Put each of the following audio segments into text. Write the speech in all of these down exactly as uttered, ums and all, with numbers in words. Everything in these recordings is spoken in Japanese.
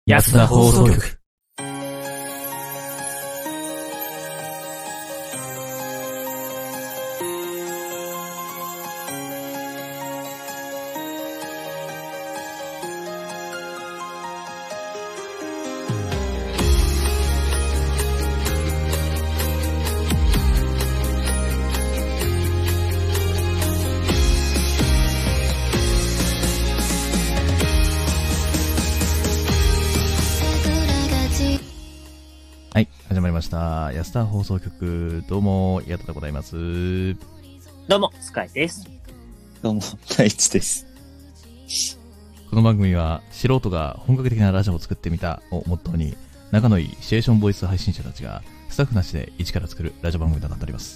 安田放送局。はい、始まりました。安田放送局、どうも、やったでございます。 どうも、スカイです。 どうも、大地です。 この番組は、素人が本格的なラジオを作ってみたをモットーに、仲のいいシチュエーションボイス配信者たちが、スタッフなしで一から作るラジオ番組となっております。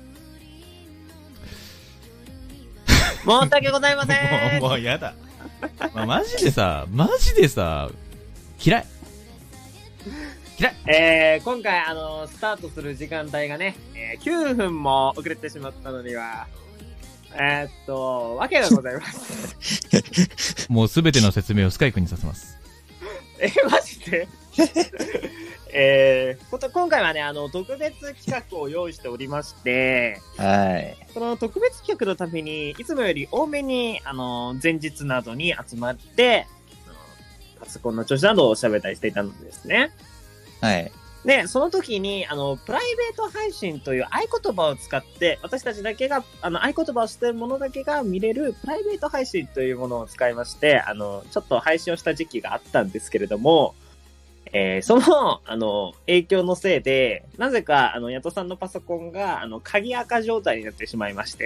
申し訳ございません。 もう、もうやだ。まあ、マジでさ、マジでさ、嫌い。嫌い。 えー、今回、あの、スタートする時間帯がね、えー、きゅうふんも遅れてしまったのには、えー、っと、わけがございます。 もうすべての説明をスカイ君にさせます。 え、マジでえー、こと、今回はね、あの、特別企画を用意しておりまして、 はい。 その特別企画のために、いつもより多めに、あの、前日などに集まって、パソコンの調子などを喋ったりしていたのですね。 はい。 で、その時に、あの、プライベート配信という合言葉を使って、私たちだけが、あの、合言葉をしているものだけが見れるプライベート配信というものを使いまして、あの、ちょっと配信をした時期があったんですけれども、えー、その、あの、影響のせいで、なぜか、あの、ヤトさんのパソコンが、あの、鍵垢状態になってしまいまして、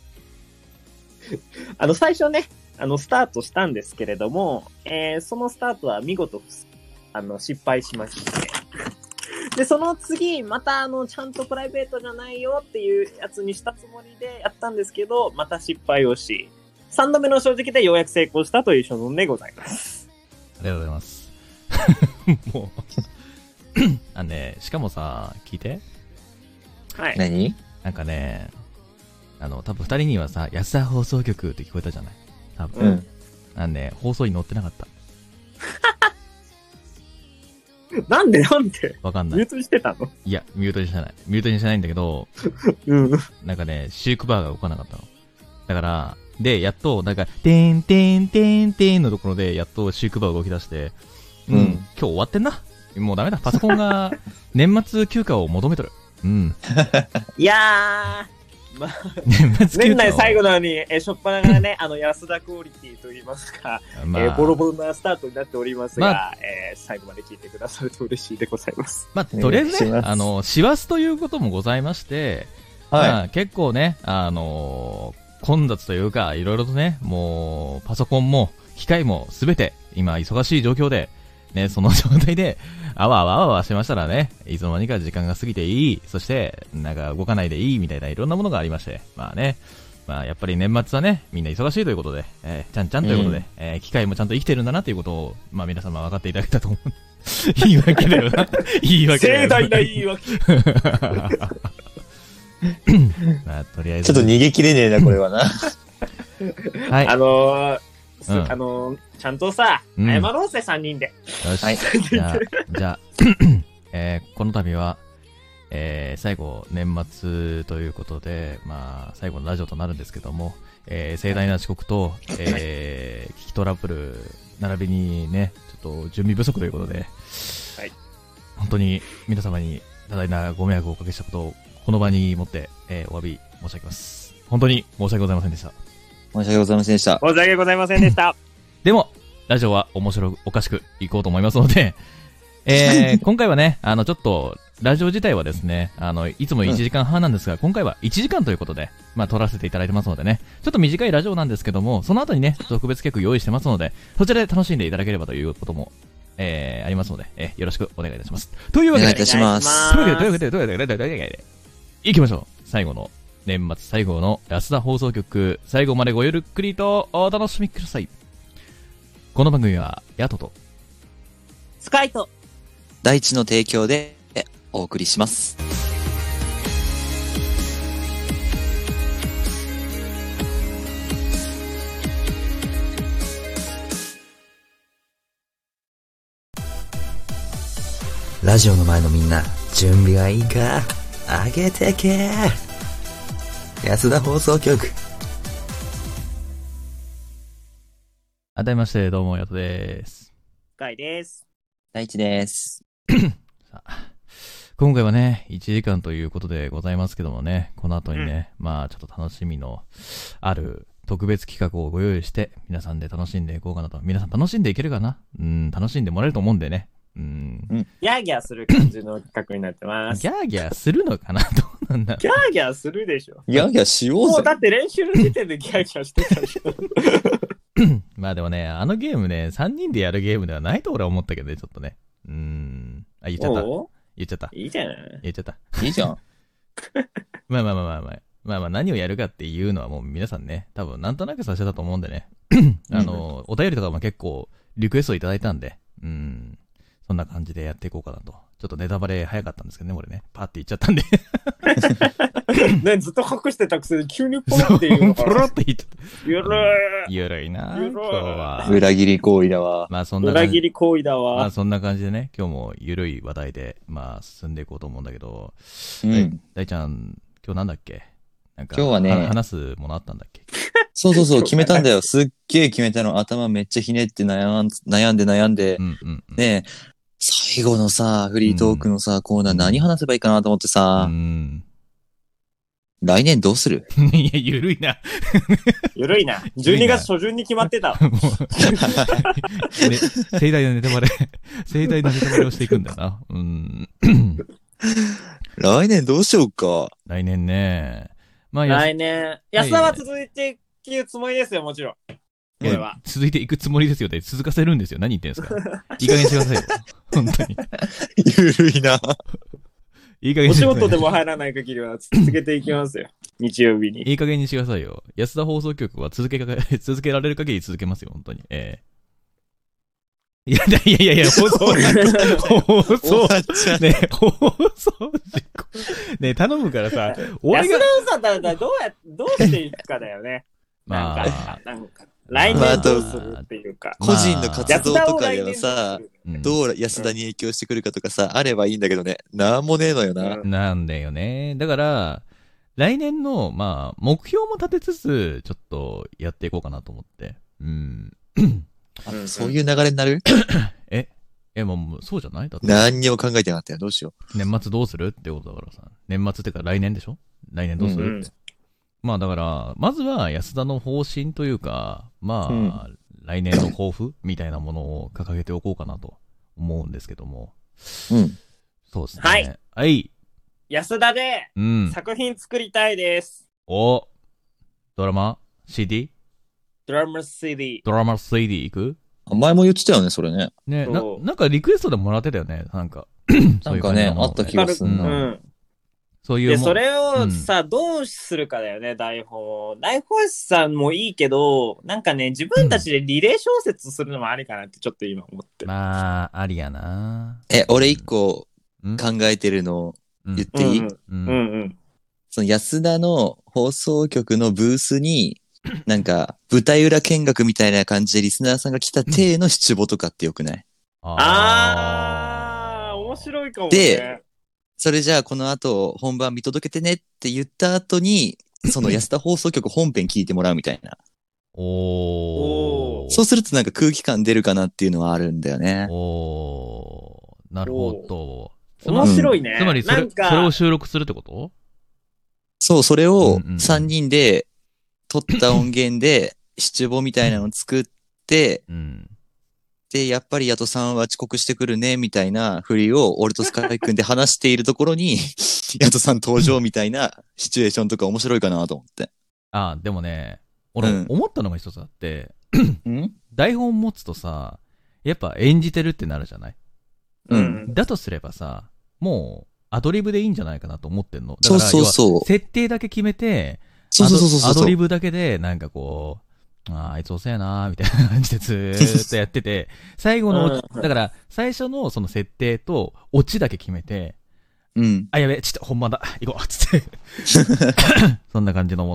あの、最初ね、あの、スタートしたんですけれども、えー、そのスタートは見事、あの、失敗しまして。で、その次、また、あの、ちゃんとプライベートじゃないよっていうやつにしたつもりでやったんですけど、また失敗をし、三度目の正直でようやく成功したという所存でございます。 ありがとうございます。もう、あのね、しかもさ、聞いて。 はい。 何？ なんかね、あの、多分二人にはさ、安田放送局って聞こえたじゃない？多分。 うん。 あのね、放送に載ってなかった。 なんでなんでわかんない。 ミュートにしてたの？ いや、ミュートにしてない。ミュートにしてないんだけど、 うん。 なんかね、シークバーが動かなかったの。だから、で、やっと、なんか、てーんてーんてーんてーんのところで、やっとシークバーが動き出して、うん、うん、今日終わってんな。もうダメだ。パソコンが年末休暇を求めとる。うん。 いやー、まあ、 年末休暇。 年内最後なのに、えー、しょっぱながらね、あの、安田クオリティと言いますか、まあ、えー、ボロボロなスタートになっておりますが、まあ、えー、最後まで聞いてくださると嬉しいでございます。 まあ、とりあえずね、あの、師走ということもございまして、はい。まあ、結構ね、あのー、混雑というか、いろいろとね、もう、パソコンも、機械もすべて、今、忙しい状況で、ね、その状態で、あわあわあわしてましたらね、いつの間にか時間が過ぎていい、そして、なんか動かないでいいみたいないろんなものがありまして、まあね、まあやっぱり年末はね、みんな忙しいということで、えー、ちゃんちゃんということで、うん、えー、機械もちゃんと生きてるんだなということを、まあ皆様分かっていただけたと思う。いいわけだよな。いいわけだよな。 盛大ないいわけ。 まあとりあえず。 ちょっと逃げきれねえな、これはな。 はい。あのー、 うん、 あのー、ちゃんとさ、うん、謝ろうぜ、三人で。 よし。はい、じゃあ、じゃあ、えー、この度は、えー、最後、年末ということで、まあ、最後のラジオとなるんですけども、えー、盛大な遅刻と、えー、機器トラブル、並びにね、ちょっと準備不足ということで、 はい。 本当に皆様に多大なご迷惑をおかけしたことを、この場にもって、えー、お詫び申し上げます。本当に申し訳ございませんでした。 申し訳ございませんでした。 申し訳ございませんでした。 でも、ラジオは面白おかしくいこうと思いますので、えー、今回はね、あの、ちょっと、ラジオ自体はですね、あの、いつもいちじかんはんなんですが、うん、今回はいちじかんということで、まあ、撮らせていただいてますのでね、ちょっと短いラジオなんですけども、その後にね、特別企画用意してますので、そちらで楽しんでいただければということも、えー、ありますので、えー、よろしくお願いいたします。というわけで、 お願いいたします。 というわけで、というわけで、というわけで、というわけで、行きましょう。最後の、年末最後の安田放送局、最後までごゆるっくりとお楽しみください。この番組は、ヤトと、 スカイと、 大地の提供でお送りします。 ラジオの前のみんな、準備はいいか？上げてけー。安田放送局。 改めまして、どうも、やとです。 かいです。 大地です。 さあ、今回はね、いちじかんということでございますけどもね、この後にね、うん、まあ、ちょっと楽しみのある特別企画をご用意して、皆さんで楽しんでいこうかなと。皆さん楽しんでいけるかな？うん、楽しんでもらえると思うんでね。うん。 ギャーギャーする感じの企画になってます。 ギャーギャーするのかな？どうなんだろう。 ギャーギャーするでしょ。 ギャーギャーしようぜ。 もうだって練習の時点でギャーギャーしてたでしょ。 まあでもね、あのゲームね、さんにんでやるゲームではないと俺は思ったけどね、ちょっとね。うーん。あ、言っちゃった。言っちゃった。 いいじゃない。 言っちゃった。 いいじゃん。 まあまあまあまあまあ。まあまあ何をやるかっていうのはもう皆さんね、多分なんとなくさせたと思うんでね。あの、お便りとかも結構リクエストいただいたんで、うん。そんな感じでやっていこうかなと。ちょっとネタバレ早かったんですけどね、俺ね。パーって言っちゃったんで。 ね、ずっと隠してたくせに急にポロって言うのかな。 ポロって言っちゃった。 ゆるい。ゆるいなぁ。今日は。 裏切り行為だわ。 まあそんな裏切り行為だわ。 まあそんな感じでね、今日もゆるい話題で、まあ進んでいこうと思うんだけど。 うん。 大ちゃん、今日なんだっけ？なんか今日はね、 話すものあったんだっけ？ そうそうそう、決めたんだよ。すっげえ決めたの。頭めっちゃひねって悩ん悩んで悩んで。 うんうんうん、 ねえ、最後のさ、フリートークのさ、うん、コーナー何話せばいいかなと思ってさ、うん、来年どうする？ いや、ゆるいな。 ゆるいな。じゅうにがつ初旬に決まってた。ね、 盛大なネタバレ、盛大なネタバレをしていくんだな。うん。 来年どうしようか。 来年ね。 まあ、来年、安田は続いていくつもりですよ、もちろん。これは。 続いていくつもりですよね。続かせるんですよ。何言ってんすか。いい加減にしてくださいよ。本当に。 ゆるいな。 いい加減にしてください。 お仕事でも入らない限りは続けていきますよ。日曜日に。 いい加減にしてくださいよ。安田放送局は続けか、続けられる限り続けますよ、本当に。ええー。いやいやいやいや、放送、放送、ね、放送事故。ね、頼むからさ、 俺が。安田さんだったらどうや、どうしていくかだよね。まあ、なんか、来年どうするっていうか。 個人の活動とかではさ、どう安田に影響してくるかとかさ、あればいいんだけどね。なんもねえのよな。 なんだよね。だから、来年の、まあ、目標も立てつつ、ちょっとやっていこうかなと思って。うん。 そういう流れになる？ ええ、もう、そうじゃない？だって何にも考えてなかったよ。どうしよう。年末どうするってことだからさ。年末ってか来年でしょ？来年どうする？うんうん、まあだから、まずは安田の方針というか、まあ、うん、来年の抱負みたいなものを掲げておこうかなと思うんですけども。 うん。 そうですね。 はい。 はい。 安田で、作品作りたいです。 うん、おドラマ ?シーディー？ ドラマ シーディー。 ドラマ シーディー 行く？ 前も言ってたよね、それね。 ね、な、なんかリクエストでもらってたよね、なんか。 なんかね、あった気がするな。うん。 そういう。 で、それをさ、うん、どうするかだよね、台本を。台本師さんもいいけど、なんかね、自分たちでリレー小説するのもありかなってちょっと今思ってる。 まあ、ありやな。 え、俺一個考えてるのを言っていい？ うんうんうん。 その安田の放送局のブースに、なんか、舞台裏見学みたいな感じでリスナーさんが来た体の七五とかってよくない？ あー、面白いかもね。 で、それじゃあこの後本番見届けてねって言った後に、その安田放送局本編聞いてもらうみたいな。 おー。 そうするとなんか空気感出るかなっていうのはあるんだよね。 おー。なるほど。 面白いね。 つまりそれ、それを収録するってこと？ そう、それをさんにんで、撮った音源で、七五みたいなのを作って、 うん、 で、やっぱりヤトさんは遅刻してくるね、みたいな振りを、俺とスカイ君で話しているところに、ヤトさん登場みたいなシチュエーションとか面白いかなと思って。 ああ、でもね、俺、うん、思ったのが一つあって、 ん台本持つとさ、やっぱ演じてるってなるじゃない？ うん。 だとすればさ、もう、アドリブでいいんじゃないかなと思ってんの。だからそうそうそう。 設定だけ決めて、 そうそうそうそう。 アドリブだけで、なんかこう、ああ、あいつ遅えなーみたいな感じでずーっとやってて、最後の、だから、最初のその設定と、オチだけ決めて、 うん。 あ、やべ、ちょっと本番だ、行こう、つって。そんな感じのもの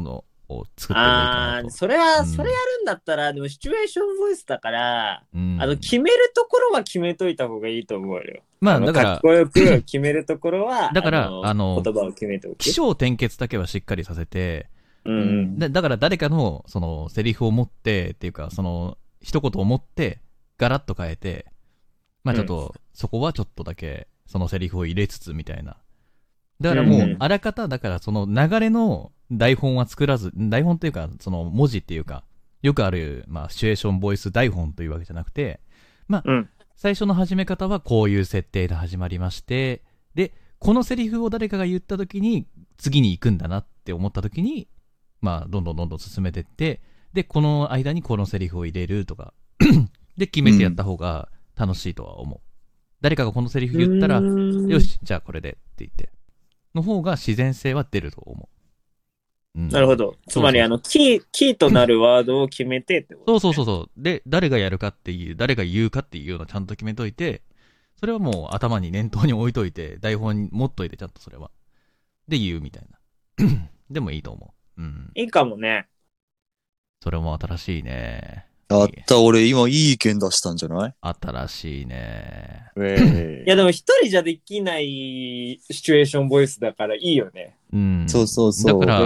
を作ってもいいかなと。 あー、それは、 うんそれやるんだったら、でもシチュエーションボイスだから、 うん、 あの、決めるところは決めといた方がいいと思うよ。 まあ、 のだからかっこよく決めるところは、 だからあの、 あの言葉を決めておく。 起承転結だけはしっかりさせて、 うんうん。 だだから誰かの、その、セリフを持って、っていうか、その、一言を持って、ガラッと変えて、まあちょっと、そこはちょっとだけ、そのセリフを入れつつ、みたいな。だからもうんう、あらかた、だからその流れの台本は作らず、台本っていうか、その文字っていうか、よくある、まあ、シチュエーションボイス台本というわけじゃなくて、まあ、 うん最初の始め方はこういう設定で始まりまして、で、このセリフを誰かが言った時に、次に行くんだなって思った時に、まあ、どんどんどんどん進めてって、で、この間にこのセリフを入れるとか、で、決めてやった方が楽しいとは思う。誰かがこのセリフ言ったら、よし、じゃあこれでって言って、の方が自然性は出ると思う。うん、 なるほど。つまり、あの、キー、キーとなるワードを決めてってこと、ね、 そうそうそうそう。で、誰がやるかっていう、誰が言うかっていうのをちゃんと決めといて、それはもう頭に念頭に置いといて、台本に持っといて、ちゃんとそれは。で、言うみたいな。でもいいと思う。うん。 いいかもね。 それも新しいね。 やった、俺今いい意見出したんじゃない？ 新しいね。 えいや、でも一人じゃできないシチュエーションボイスだからいいよね。 うん。 そうそうそう。 だから、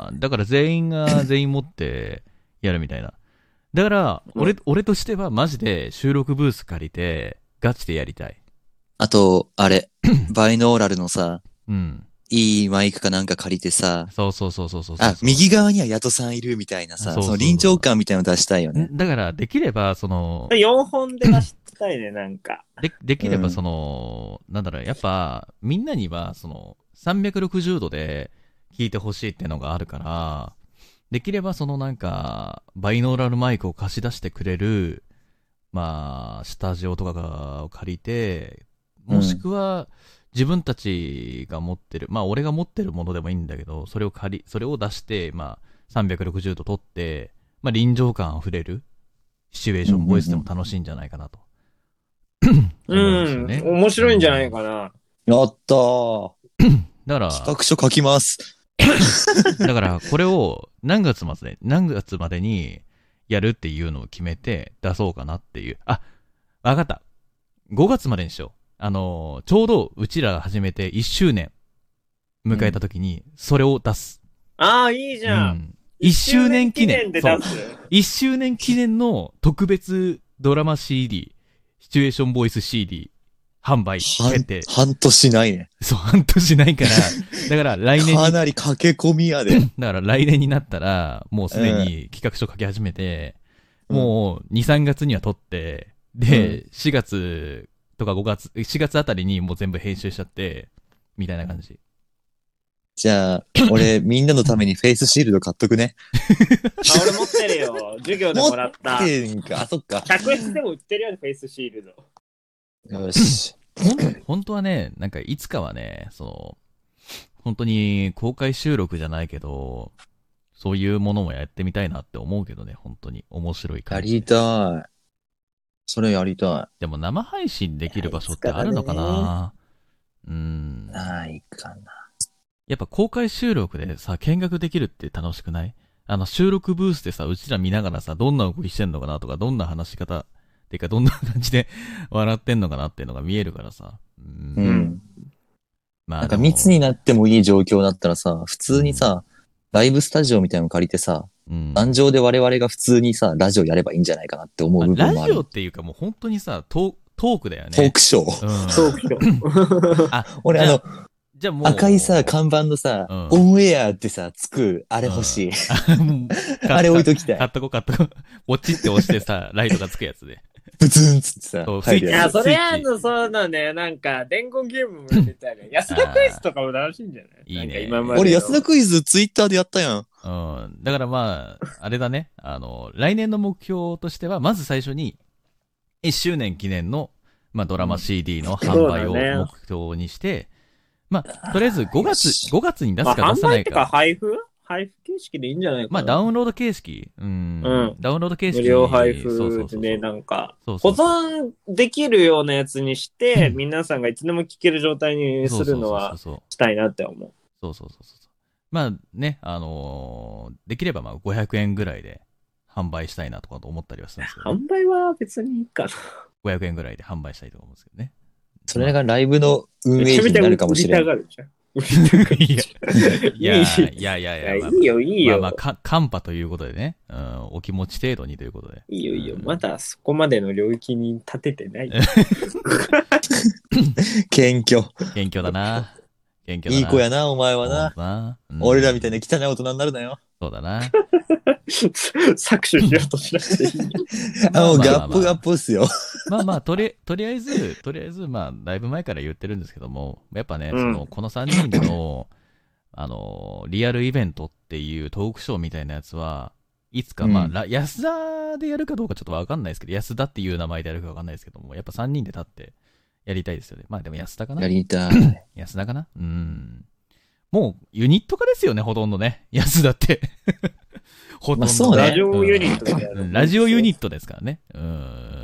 だから全員が全員持ってやるみたいな。だから、俺、俺としてはマジで収録ブース借りて、ガチでやりたい。 あと、あれ、バイノーラルのさ、 うん。 いいマイクかなんか借りてさ、 そうそうそうそうそうそう。 あ、右側にはヤトさんいるみたいなさ、 そうそうそうその臨場感みたいなの出したいよね。 だから、できれば、その、 よんほんで出したいね、なんか。 で、できればその、なんだろう、やっぱ、みんなには、その、さんびゃくろくじゅうどで聞いてほしいっていうのがあるから、できればそのなんか、バイノーラルマイクを貸し出してくれる、まあ、スタジオとかを借りて、もしくは、自分たちが持ってる、まあ俺が持ってるものでもいいんだけど、それを借り、それを出して、まあ、さんびゃくろくじゅうど撮って、まあ臨場感あふれるシチュエーションボイスでも楽しいんじゃないかなと。 うん、ね、面白いんじゃないかな。 やったー。 だから、 企画書書きます。 だから、これを何月まで、何月までにやるっていうのを決めて出そうかなっていう。あ、わかった。ごがつまでにしよう。あのー、ちょうどうちらが始めていっしゅうねん迎えた時に、それを出す。 うん、ああ、いいじゃん。うん、 いっしゅうねん記念。 で出す。 いっしゅうねん記念の特別ドラマ シーディー、シチュエーションボイス シーディー、販売決定。 半年ないね。 そう、半年ないから、だから来年に。 かなり駆け込みやで。 だから来年になったら、もうすでに企画書書き始めて、うん、もうに、さんがつには撮って、で、うん、しがつとかごがつ、しがつあたりにもう全部編集しちゃって、みたいな感じ。 じゃあ、俺、みんなのためにフェイスシールド買っとくね。 あ、俺持ってるよ。授業でもらった。 持ってんか。あ、そっか。 ひゃくえんでも売ってるよね、フェイスシールド。よし。 本当はね、なんかいつかはね、その、本当に公開収録じゃないけど、そういうものもやってみたいなって思うけどね、本当に面白い感じ。 やりたい。それやりたい。 でも生配信できる場所ってあるのかな？うーん。 ないかな。 やっぱ公開収録でさ、見学できるって楽しくない？あの収録ブースでさ、うちら見ながらさ、どんな動きしてんのかなとか、どんな話し方、てかどんな感じで笑ってんのかなっていうのが見えるからさ。 うん。うん、 まあなんか密になってもいい状況だったらさ、普通にさ、うん、ライブスタジオみたいなの借りてさ、うん、壇上で我々が普通にさ、ラジオやればいいんじゃないかなって思う部分もある。 ラジオっていうかもう本当にさ、トー、トークだよね。 トークショー。 うん、トークショー。 あ、俺あの、 じゃあもう。 赤いさ、看板のさ、うん、オンエアってさ、つく、あれ欲しい。うん、あれ置いときたい。 買っとこ買っとこ。ポチって押してさ、ライトがつくやつで。 ブツンつってさ。 そう、いや、それやの、そうだね。なんか、伝言ゲームもやりたいね。安田クイズとかも楽しいんじゃない？ いいね。 今まで俺、安田クイズツイッターでやったやん。 うん。だからまあ、あれだね。あの、来年の目標としては、まず最初に、いっしゅうねん記念の、まあ、ドラマ シーディー の販売を目標にして、まあ、とりあえずごがつ、ごがつに出すか出さないか。 まあ、販売ってか配布配布形式でいいんじゃないかな。 まあ、ダウンロード形式。うん。うん、ダウンロード形式。 無料配布で、なんか、保存できるようなやつにして、皆さんがいつでも聞ける状態にするのは、したいなって思う。 そうそうそうそう。 まあね、あのーできればまあごひゃくえんぐらいで販売したいなとかと思ったりはするんですけど、ね、 販売は別にいいかな。 ごひゃくえんぐらいで販売したいと思うんですけどね。 それがライブの運営費になるかもしれない。 めちゃめちゃ売りたがるじゃん。 いや、いや、 いいやいやいや、 いまあいよ、いいよ。 まあまあ、か、カンパということでね、うん、お気持ち程度にということで。 いいよ、いいよ。 うんまだそこまでの領域に立ててない。 謙虚。 謙虚だな。謙虚だな。 いい子やな、お前はそうな。 だな、うん俺らみたいな汚い大人になるなよ。 そうだな。 搾取しようとしなくていい。 あの、 まあまあまあガップガップっすよ。 まあまあ、とり、とりあえず、とりあえず、まあ、だいぶ前から言ってるんですけども、やっぱね、 うんその、このさんにんでの、あの、リアルイベントっていうトークショーみたいなやつは、いつか、まあ、 うんら安田でやるかどうかちょっとわかんないですけど、安田っていう名前でやるかわかんないですけども、やっぱさんにんで立ってやりたいですよね。まあでも安田かなやりたい。 安田かなうん。もう、ユニット化ですよね、ほとんどね。安田って。ほとんど、 まあそうねラジオユニットみたいなうんラジオユニットですからね。うん、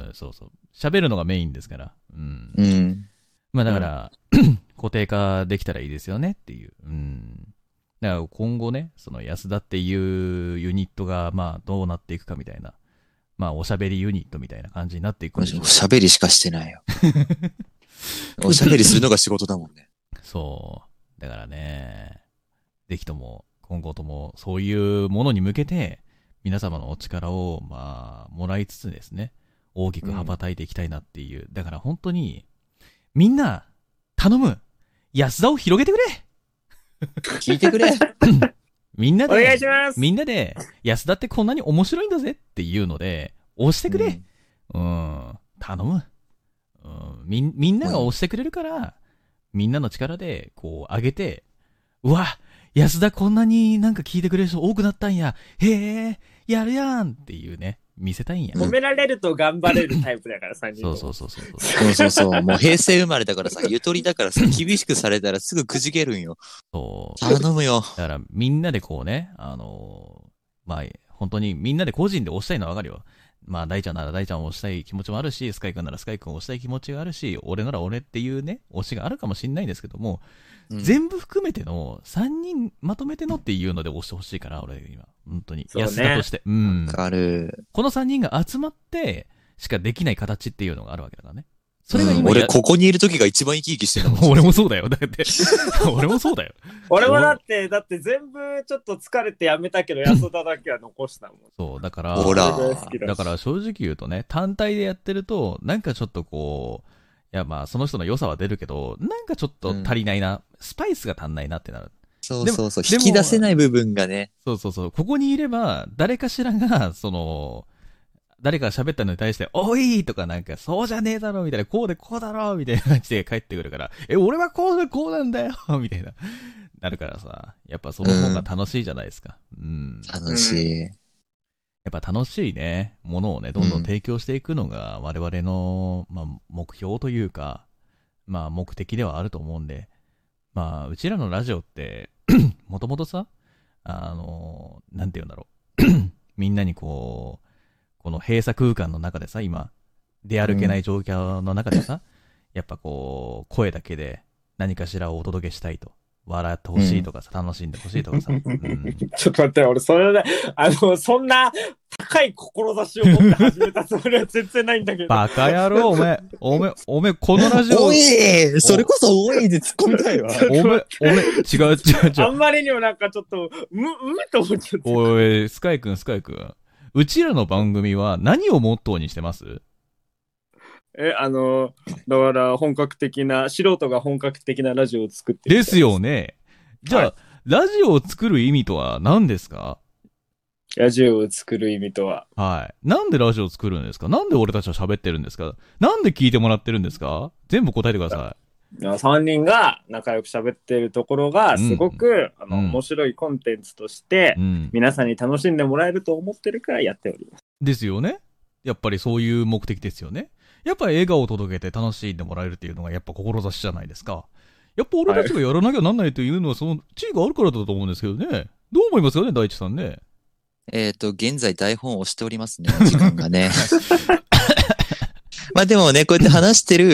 そうそう。喋るのがメインですから。うん。 うん。 まあだから、固定化できたらいいですよねっていう。うん。だから今後ね、その安田っていうユニットが、まあどうなっていくかみたいな。まあおしゃべりユニットみたいな感じになっていくんでしょう。 喋りしかしてないよ。おしゃべりするのが仕事だもんね。 そう。だからね、ぜひとも、今後とも、そういうものに向けて、皆様のお力を、まあ、もらいつつですね、大きく羽ばたいていきたいなっていう。うん、だから本当に、みんな、頼む安田を広げてくれ聞いてくれみんなで、 お願いしますみんなで、安田ってこんなに面白いんだぜっていうので、押してくれ、うん、うん、頼む、うん、み。みんなが押してくれるから、みんなの力で、こう、上げて、うわ、安田こんなになんか聞いてくれる人多くなったんや。へえ、やるやんっていうね、見せたいんや。 褒められると頑張れるタイプだから、さんにんとも。 そうそうそうそう。 そうそうそう。もう平成生まれだからさ、ゆとりだからさ、厳しくされたらすぐくじけるんよ。 そう。 頼むよ。 だからみんなでこうね、あのー、まあ、本当にみんなで個人で押したいのはわかるよ。まあ、大ちゃんなら大ちゃんを押したい気持ちもあるし、スカイ君ならスカイ君を押したい気持ちがあるし、俺なら俺っていうね、推しがあるかもしんないんですけども、 うん、 全部含めてのさんにんまとめてのっていうので押してほしいから、俺今。本当に。 そうね安田として。うん。 わかる。 このさんにんが集まってしかできない形っていうのがあるわけだからね。それが今、 うん、俺ここにいる時が一番生き生きしてるもん。 俺もそうだよ。だって。俺もそうだよ。 俺もだって、だって全部ちょっと疲れてやめたけど、安田だけは残したもん。 そう、だから、 ほらだから正直言うとね、単体でやってると、なんかちょっとこう、いやまあその人の良さは出るけど、なんかちょっと足りないな、うん、スパイスが足んないなってなる。 そうそうそう。引き出せない部分がね。 そうそうそう。ここにいれば、誰かしらが、その、誰かが喋ったのに対して、おいとかなんか、そうじゃねえだろみたいな、こうでこうだろみたいな感じで帰ってくるから、え、俺はこうでこうなんだよみたいな、なるからさ、やっぱその方が楽しいじゃないですか。うん。うん、 楽しい。 やっぱ楽しいね、ものをね、どんどん提供していくのが、我々の、まあ、目標というか、まあ、目的ではあると思うんで、まあ、うちらのラジオって、もともとさ、あの、なんて言うんだろう。みんなにこう、この閉鎖空間の中でさ、今、出歩けない状況の中でさ、うん、やっぱこう、声だけで何かしらをお届けしたいと。笑ってほしいとかさ、うん、楽しんでほしいとかさ。うん、 ちょっと待って、俺、それで、あの、そんな高い志を持って始めたつもりは全然ないんだけど。 バカ野郎、おめえ、おめえ、おめえ、このラジオ。 おいそれこそおいで突っ込みたいわ。 おめえ、おめえ、違う違う違う。 あんまりにもなんかちょっと、む、うと思っちゃって。 おい、スカイくん、スカイくん。うちらの番組は何をモットーにしてます？ え、あの、だから本格的な、素人が本格的なラジオを作ってる。 ですよね。じゃあ、はい、ラジオを作る意味とは何ですか？ ラジオを作る意味とは。 はい。なんでラジオを作るんですか？なんで俺たちは喋ってるんですか？なんで聞いてもらってるんですか？全部答えてください。さんにんが仲良く喋ってるところが、すごく、うん、あの、うん、面白いコンテンツとして、うん、皆さんに楽しんでもらえると思ってるからやっております。 ですよね。やっぱりそういう目的ですよね。やっぱり笑顔を届けて楽しんでもらえるっていうのがやっぱ志じゃないですか。やっぱ俺たちがやらなきゃなんないというのはその地位があるからだと思うんですけどね。どう思いますかね、大地さんね。 えっと、現在台本を押しておりますね、時間がね。まあでもね、こうやって話してる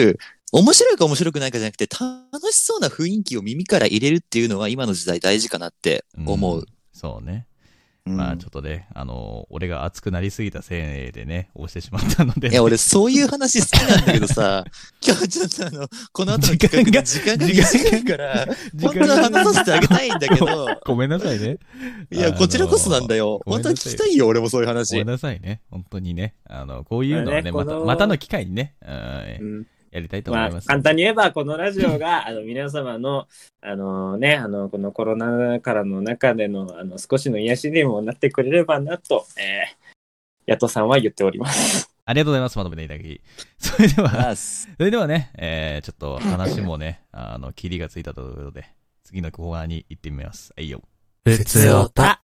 面白いか面白くないかじゃなくて、楽しそうな雰囲気を耳から入れるっていうのは今の時代大事かなって思う。うん、 そうね。 うん、 まあちょっとね、あのー、俺が熱くなりすぎたせいでね、押してしまったので、ね。 いや、俺そういう話好きなんだけどさ、今日ちょっとあの、この後の企画が時間が短いから、本当は話させてあげたいんだけど。 ごめんなさいね。 いや、こちらこそなんだよ。本当は聞きたいよ、俺もそういう話。 ごめんなさいね。本当にね。あの、こういうのはね、また、またの機会にね、うん、やりたいと思います。まあ、 簡単に言えば、このラジオが、あの、皆様の、あのね、あの、このコロナからの中での、あの、少しの癒しにもなってくれればなと、えー、ヤトさんは言っております。 ありがとうございます、まとめていただき。それでは、それではね、えー、ちょっと話もね、あの、キリがついたということで、次のコーナーに行ってみます。はいよ。 ふつおた。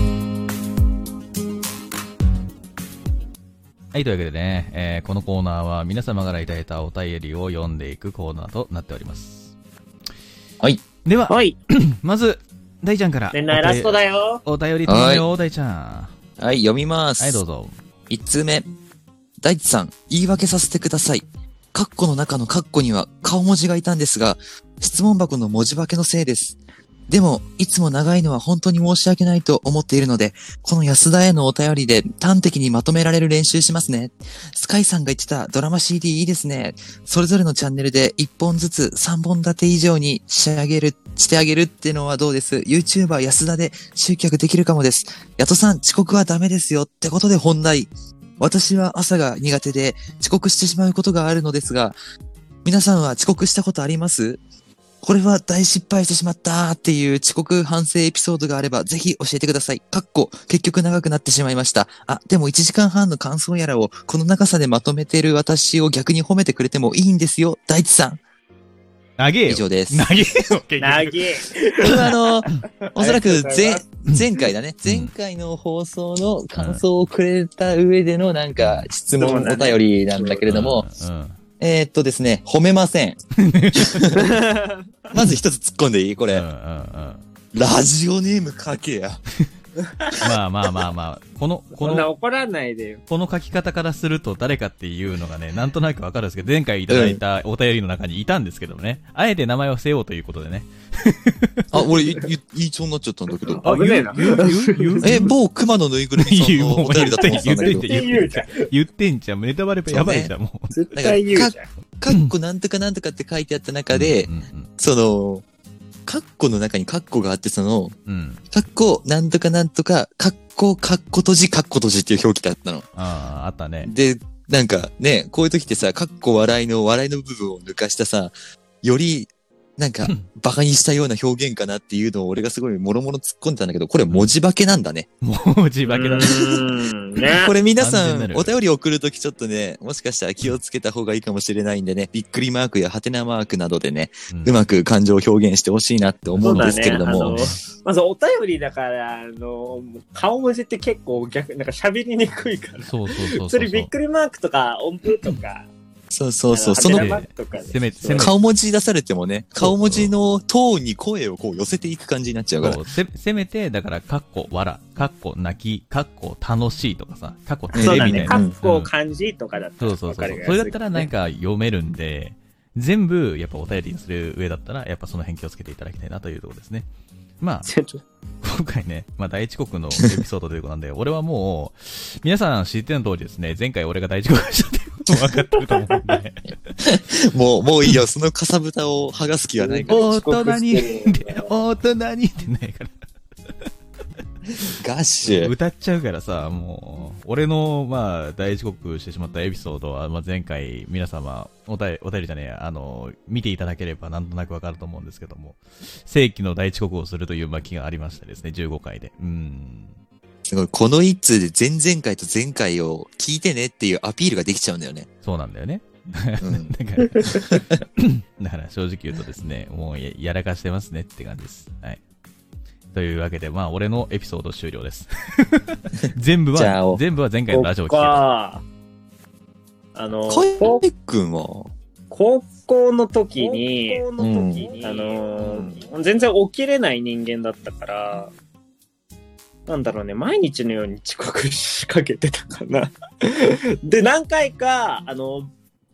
はい、というわけでね、えー、このコーナーは皆様からいただいたお便りを読んでいくコーナーとなっております。 はい。 では、 はい、 まず、大ちゃんから。 年内ラストだよ。 お便り頼むよ、大ちゃん。 はい、読みます。 はい、どうぞ。 一通目。大地さん、言い訳させてください。カッコの中のカッコには顔文字がいたんですが、質問箱の文字化けのせいです。でも、いつも長いのは本当に申し訳ないと思っているので、この安田へのお便りで端的にまとめられる練習しますね。スカイさんが言ってたドラマ シーディー いいですね。それぞれのチャンネルでいっぽんずつさんぼん立て以上に仕上げる、してあげるってのはどうです？ YouTuber 安田で集客できるかもです。ヤトさん、遅刻はダメですよってことで本題。私は朝が苦手で遅刻してしまうことがあるのですが、皆さんは遅刻したことあります？これは大失敗してしまったっていう遅刻反省エピソードがあればぜひ教えてください。かっこ、結局長くなってしまいました。あ、でもいちじかんはんの感想やらをこの長さでまとめてる私を逆に褒めてくれてもいいんですよ。大地さん。 投げよ。 以上です。 投げよ。投げ。 これはあの、おそらく前、前回だね。前回の放送の感想をくれた上でのなんか質問お便りなんだけれども、うんうん、えー、っとですね、褒めません。まず一つ突っ込んでいいこれ、うんうんうん。ラジオネーム書けや。 まあまあまあまあ、この、この、 そんな怒らないでよ。 この書き方からすると誰かっていうのがね、なんとなくわかるんですけど、前回いただいたお便りの中にいたんですけどね、うん、あえて名前を伏せようということでね。 あ、俺、言いそうになっちゃったんだけど。 危ねえな。 え、某熊のぬいぐるみさんのお便りだと思ってたんだけど。 言ってんじゃん。言ってんじゃん。ネタバレやばいじゃん、もう。 絶対言うじゃん。 かっこなんとかなんとかって書いてあった中で、うんうんうん、その、カッコの中にカッコがあって、その、うん、カッコなんとかなんとか、カッコ、カッコ閉じ、カッコ閉じっていう表記だったの。 ああ、あったね。 で、なんかね、こういう時ってさ、カッコ笑いの笑いの部分を抜かしたさ、より、なんか、馬鹿にしたような表現かなっていうのを俺がすごいもろもろ突っ込んでたんだけど、これ文字化けなんだね。 文字化けだね。 これ皆さん、お便り送るときちょっとね、もしかしたら気をつけた方がいいかもしれないんでね、びっくりマークやハテナマークなどでね、うん、うまく感情を表現してほしいなって思うんですけれども。 ね、まずお便りだから、あの、顔文字って結構逆、なんか喋りにくいから。 そうそうそうそう。 それびっくりマークとか音符とか、 そうそうそう。その、 せめて、 顔文字出されてもね、顔文字のトーンに声をこう寄せていく感じになっちゃうから。 せ、せめて、だから、かっこ笑、かっこ泣き、かっこ楽しいとかさ、かっこテレビみたいな。 かっこ漢字とかだったら。そうそうそう。それだったらなんか読めるんで、全部、やっぱお便りにする上だったら、やっぱその辺気をつけていただきたいなというところですね。まあ、今回ね、まあ大遅刻のエピソードということなんで、俺はもう、皆さん知っての通りですね、前回俺が大遅刻したっていうことも分かってると思うんで。 もう、もういいよ、そのかさぶたを剥がす気はないから。 大人に、大人にってないから。 ガッシュ。 歌っちゃうからさ、もう、俺の、まあ、大遅刻してしまったエピソードは、まあ、前回、皆様、お便り、お便りじゃねえや、あの、見ていただければなんとなくわかると思うんですけども、世紀の大遅刻をするという、まあ、気がありましてですね、じゅうごかいで。うん。 すごい、この一通で前々回と前回を聞いてねっていうアピールができちゃうんだよね。 そうなんだよね。うん、だから、だから正直言うとですね、もうや、やらかしてますねって感じです。はい。というわけで、まあ、俺のエピソード終了です。全部は、全部は前回のラジオを聞けた。 あの、 かいくんは高校の時に、うん、あの、うん、全然起きれない人間だったから、なんだろうね、毎日のように遅刻しかけてたかな。で、何回か、あの、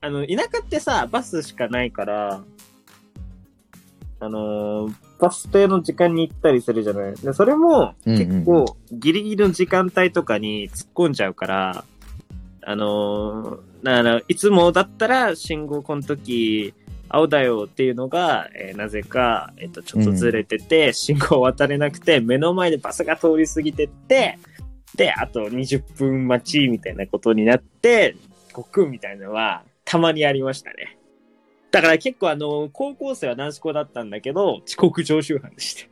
あの、田舎ってさ、バスしかないから、あのー、バス停の時間に行ったりするじゃない。で、それも結構ギリギリの時間帯とかに突っ込んじゃうから、あのー、だからいつもだったら信号この時青だよっていうのが、えー、なぜか、えっと、ちょっとずれてて、うん、信号渡れなくて、目の前でバスが通り過ぎてって、で、あとにじゅっぷん待ちみたいなことになって、ごくんみたいなのはたまにありましたね。だから結構あの、高校生は男子校だったんだけど、遅刻常習犯でした。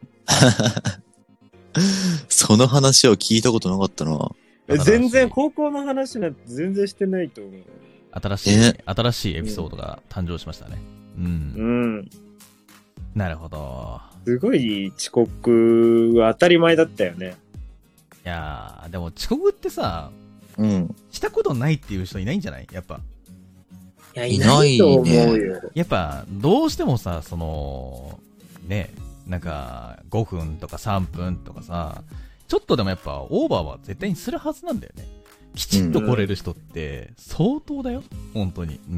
その話を聞いたことなかったな。 全然、高校の話なんて全然してないと思う。 新しい、新しいエピソードが誕生しましたね。うん。うん。なるほど。 すごい遅刻は当たり前だったよね。 いやー、でも遅刻ってさ、うん。したことないっていう人いないんじゃない？やっぱ。 いや、いないと思うよ。 やっぱ、どうしてもさ、その、ね、なんか、ごふんとかさんぷんとかさ、ちょっとでもやっぱ、オーバーは絶対にするはずなんだよね。きちんと来れる人って、相当だよ。本当に。うん。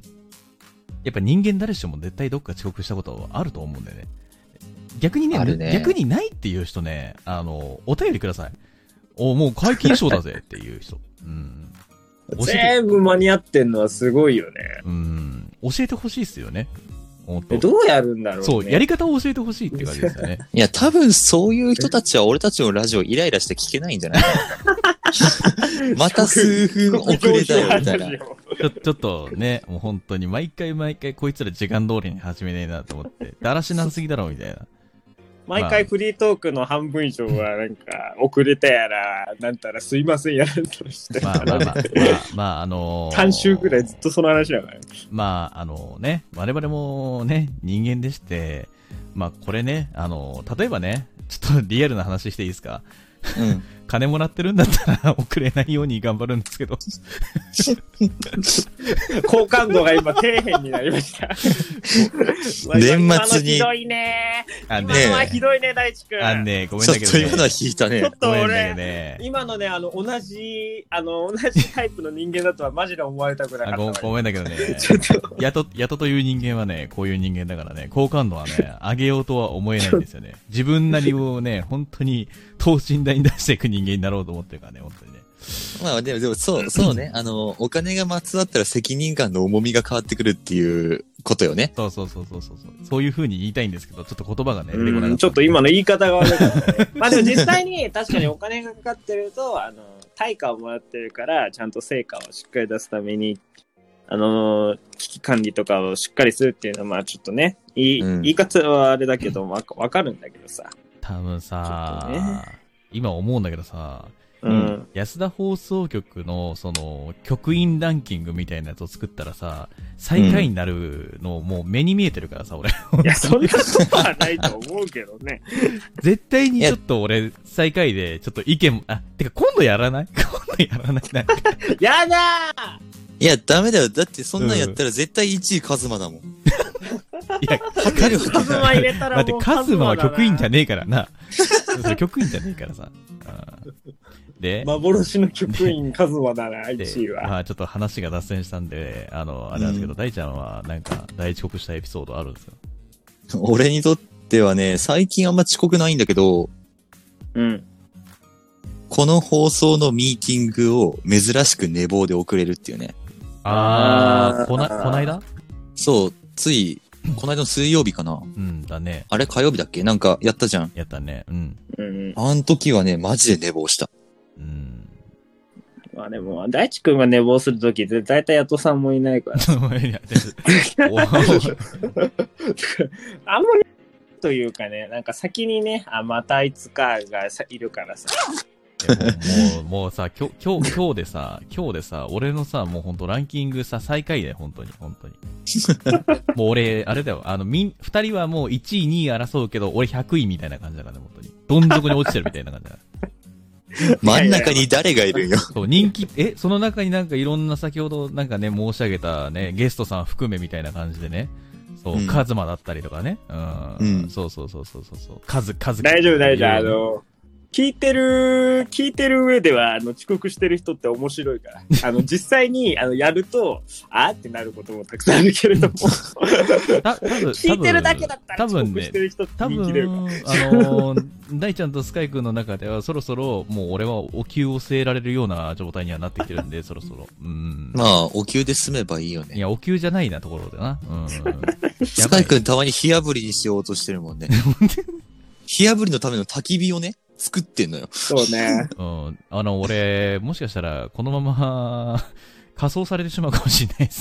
やっぱ人間誰しも絶対どっか遅刻したことはあると思うんだよね。逆に ね, ね、逆にないっていう人ね、あの、お便りください。お、もう解禁賞だぜっていう人。うん。 全部間に合ってんのはすごいよね。 うん。教えてほしいっすよね。 え、どうやるんだろうね。 そう、やり方を教えてほしいって感じですよね。 いや、多分そういう人たちは俺たちのラジオイライラして聞けないんじゃないかな。また数分遅れたよ、みたいな。 ちょ、ちょっとね、もう本当に毎回毎回こいつら時間通りに始めねえなと思って、だらしなすぎだろ、みたいな。 毎回フリートークの半分以上はなんか遅れたやらなんたらすいませんやらとしてまあまあまあまあ、まあ、あのー、 さん週ぐらいずっとその話だからね。 まああのね、我々もね人間でして、まあこれね、あの例えばね、ちょっとリアルな話していいですか？うん。金もらってるんだったら遅れないように頑張るんですけど好感度が今底辺になりました年末にひどいねー。今のはひどいね、大地君。 あんね、ごめんだけど、ね、 ちょっと今のは引いたね。 ちょっと俺、ね、今のね、あの、同じ、あの、同じタイプの人間だとはマジで思われたくなかった。 ご, ごめんだけどね、ちょっと、やと、やとという人間はね、こういう人間だからね、好感度はね、上げようとは思えないんですよね。自分なりをね、本当に、等身大に出していく人間になろうと思ってるからね、本当にね。 まあでも、でもそう、そうね。あの、お金がまつわったら責任感の重みが変わってくるっていうことよね。 そうそうそうそうそう。そういう風に言いたいんですけど、ちょっと言葉がね、出てこなかった。 ちょっと今の言い方が悪かったね。まあでも実際に確かにお金がかかってると、あの、対価をもらってるから、ちゃんと成果をしっかり出すために、あの、危機管理とかをしっかりするっていうのは、まあちょっとね、いい、うん、言い方はあれだけど、わかるんだけどさ。 多分さ、ね、今思うんだけどさ、 うん、 安田放送局のその局員ランキングみたいなやつを作ったらさ、最下位になるのもう目に見えてるからさ、俺。いや、そんなことはないと思うけどね。 絶対にちょっと俺、最下位でちょっと意見、あ、てか今度やらない？今度やらないなんかやだーいや、ダメだよ。だってそんなんやったら絶対いちいカズマだもん。いや、 測るわけカズマ入れたらもう待って、カズマは局員じゃねえからな。それ局員じゃねえからさ。で、 幻の局員カズマだな、いちいは。 まあちょっと話が脱線したんで、あの、あれなんですけど、うん、大ちゃんはなんか大遅刻したエピソードあるんですか？ 俺にとってはね、最近あんま遅刻ないんだけど、 うん。 この放送のミーティングを珍しく寝坊で遅れるっていうね。 あー、こな、こないだ？ そう、つい、こないだの水曜日かな。 うん、だね。 あれ火曜日だっけ？なんかやったじゃん。 やったね。うん。 うん。 あの時はね、マジで寝坊した。 うん。 まあでも、大地君が寝坊するときって大体ヤトさんもいないから。あんまりというかね、なんか先にね、あ、またあいつかがいるからさ。 もう、もうさ、今日、今日、今日でさ、今日でさ、俺のさ、もうほんとランキングさ、最下位だよ、本当に、本当に。もう俺、あれだよ、あの、みん、二人はもういちい、にい争うけど、俺ひゃくいみたいな感じだからね、本当に。どん底に落ちてるみたいな感じだから。 真ん中に誰がいるんよ。 そう、人気、え、その中になんかいろんな先ほどなんかね、申し上げたね、ゲストさん含めみたいな感じでね、そう、うん、カズマだったりとかね、うん、うん、そうそうそうそうそう、カズ、カズ。 大丈夫大丈夫、あの、 聞いてる、聞いてる上では、あの、遅刻してる人って面白いから。あの、実際に、あの、やると、あーってなることもたくさんあるけれども。 た多分聞いてるだけだったら、 多分ね遅刻してる人って多人気出る分、 から。 あのー、大ちゃんとスカイ君の中では、そろそろ、もう俺はお給を据えられるような状態にはなってきてるんで、そろそろ。うん。 まあ、お給で済めばいいよね。 いや、お給じゃないなところだな。うん。 スカイ君たまに火炙りにしようとしてるもんね。火炙りのための焚き火をね、作ってんのよ。 そうね。 うん。あの、俺、もしかしたら、このまま、仮装されてしまうかもしれないです。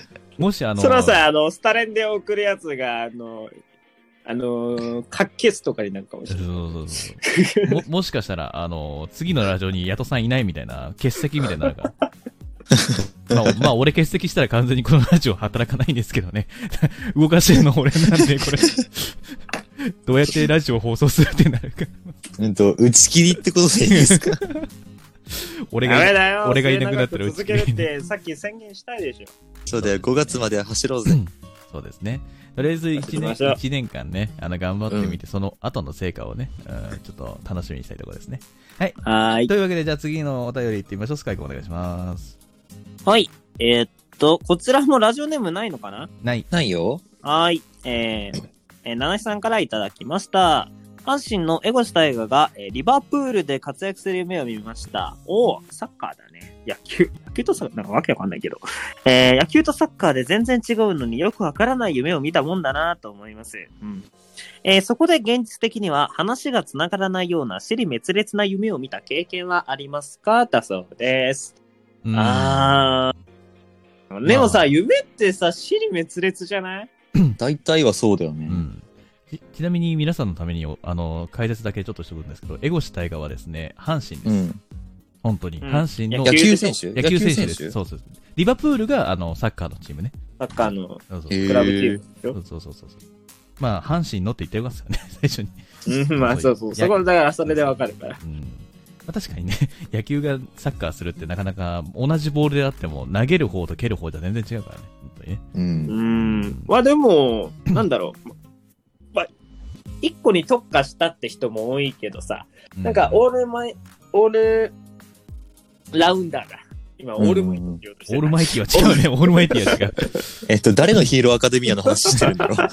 もしあの、 そのさ、あの、スタレンで送るやつが、あの、あの、かっけすとかになるかもしれない。 そうそうそうも。もしかしたら、あの、次のラジオにヤトさんいないみたいな、欠席みたいになるから。まあ、まあ、俺欠席したら完全にこのラジオ働かないんですけどね。動かしてるの俺なんで、これ。どうやってラジオ放送するってなるか。 うんと、打ち切りってことでいいですか？ 俺ダメだが、 よ。 俺がいなくなったら続けるってさっき宣言したいでしょ。 そうだよ、ごがつまでは走ろうぜ。 そうですね。とりあえず一年、 走りましょう一年間ね、あの、頑張ってみて、 うんその後の成果をね、うん、ちょっと楽しみにしたいところですね。はい。 はーいと。いうわけで、じゃあ次のお便り行ってみましょう。スカイ君お願いします。 はい。えーっと、こちらもラジオネームないのかな？ ない。 ないよ。 はーい。えー、えー、七七さんからいただきました。阪神の江越大河が、えー、リバプールで活躍する夢を見ました。おー、サッカーだね。野球、野球とサッカー、なんかわけわかんないけど。えー、野球とサッカーで全然違うのによくわからない夢を見たもんだなと思います。うん。えー、そこで現実的には話が繋がらないような尻滅裂な夢を見た経験はありますか？だそうです。 うん、 あー。でもさ、夢ってさ、尻滅裂じゃない？ 大体はそうだよね。 うん。ち, ちなみに皆さんのためにあの解説だけちょっとしておくんですけど、江越大河はですね、阪神です。 うん。 本当に。 うん阪神の野球選手野球選手です。そうそう。リバプールがあのサッカーのチームね。 サッカーのそうそう。 へークラブチームでしょ？ そうそうそうそう。まあ、阪神のって言ってますよね、最初に。 うん、まあそうそう。そこだからそれでわかるから。 うん。まあ、確かにね、野球がサッカーするってなかなか同じボールであっても投げる方と蹴る方じゃ全然違うからね。本当にね。 う。 うんん。まあでも、なんだろう。まあ、一個に特化したって人も多いけどさ、なんかオールマイ、オールラウンダーだ。今、オールマイティー言おうとしてるオールマイティは違うね。オールマイティは違う。 えっと、誰のヒーローアカデミアの話してるんだろう。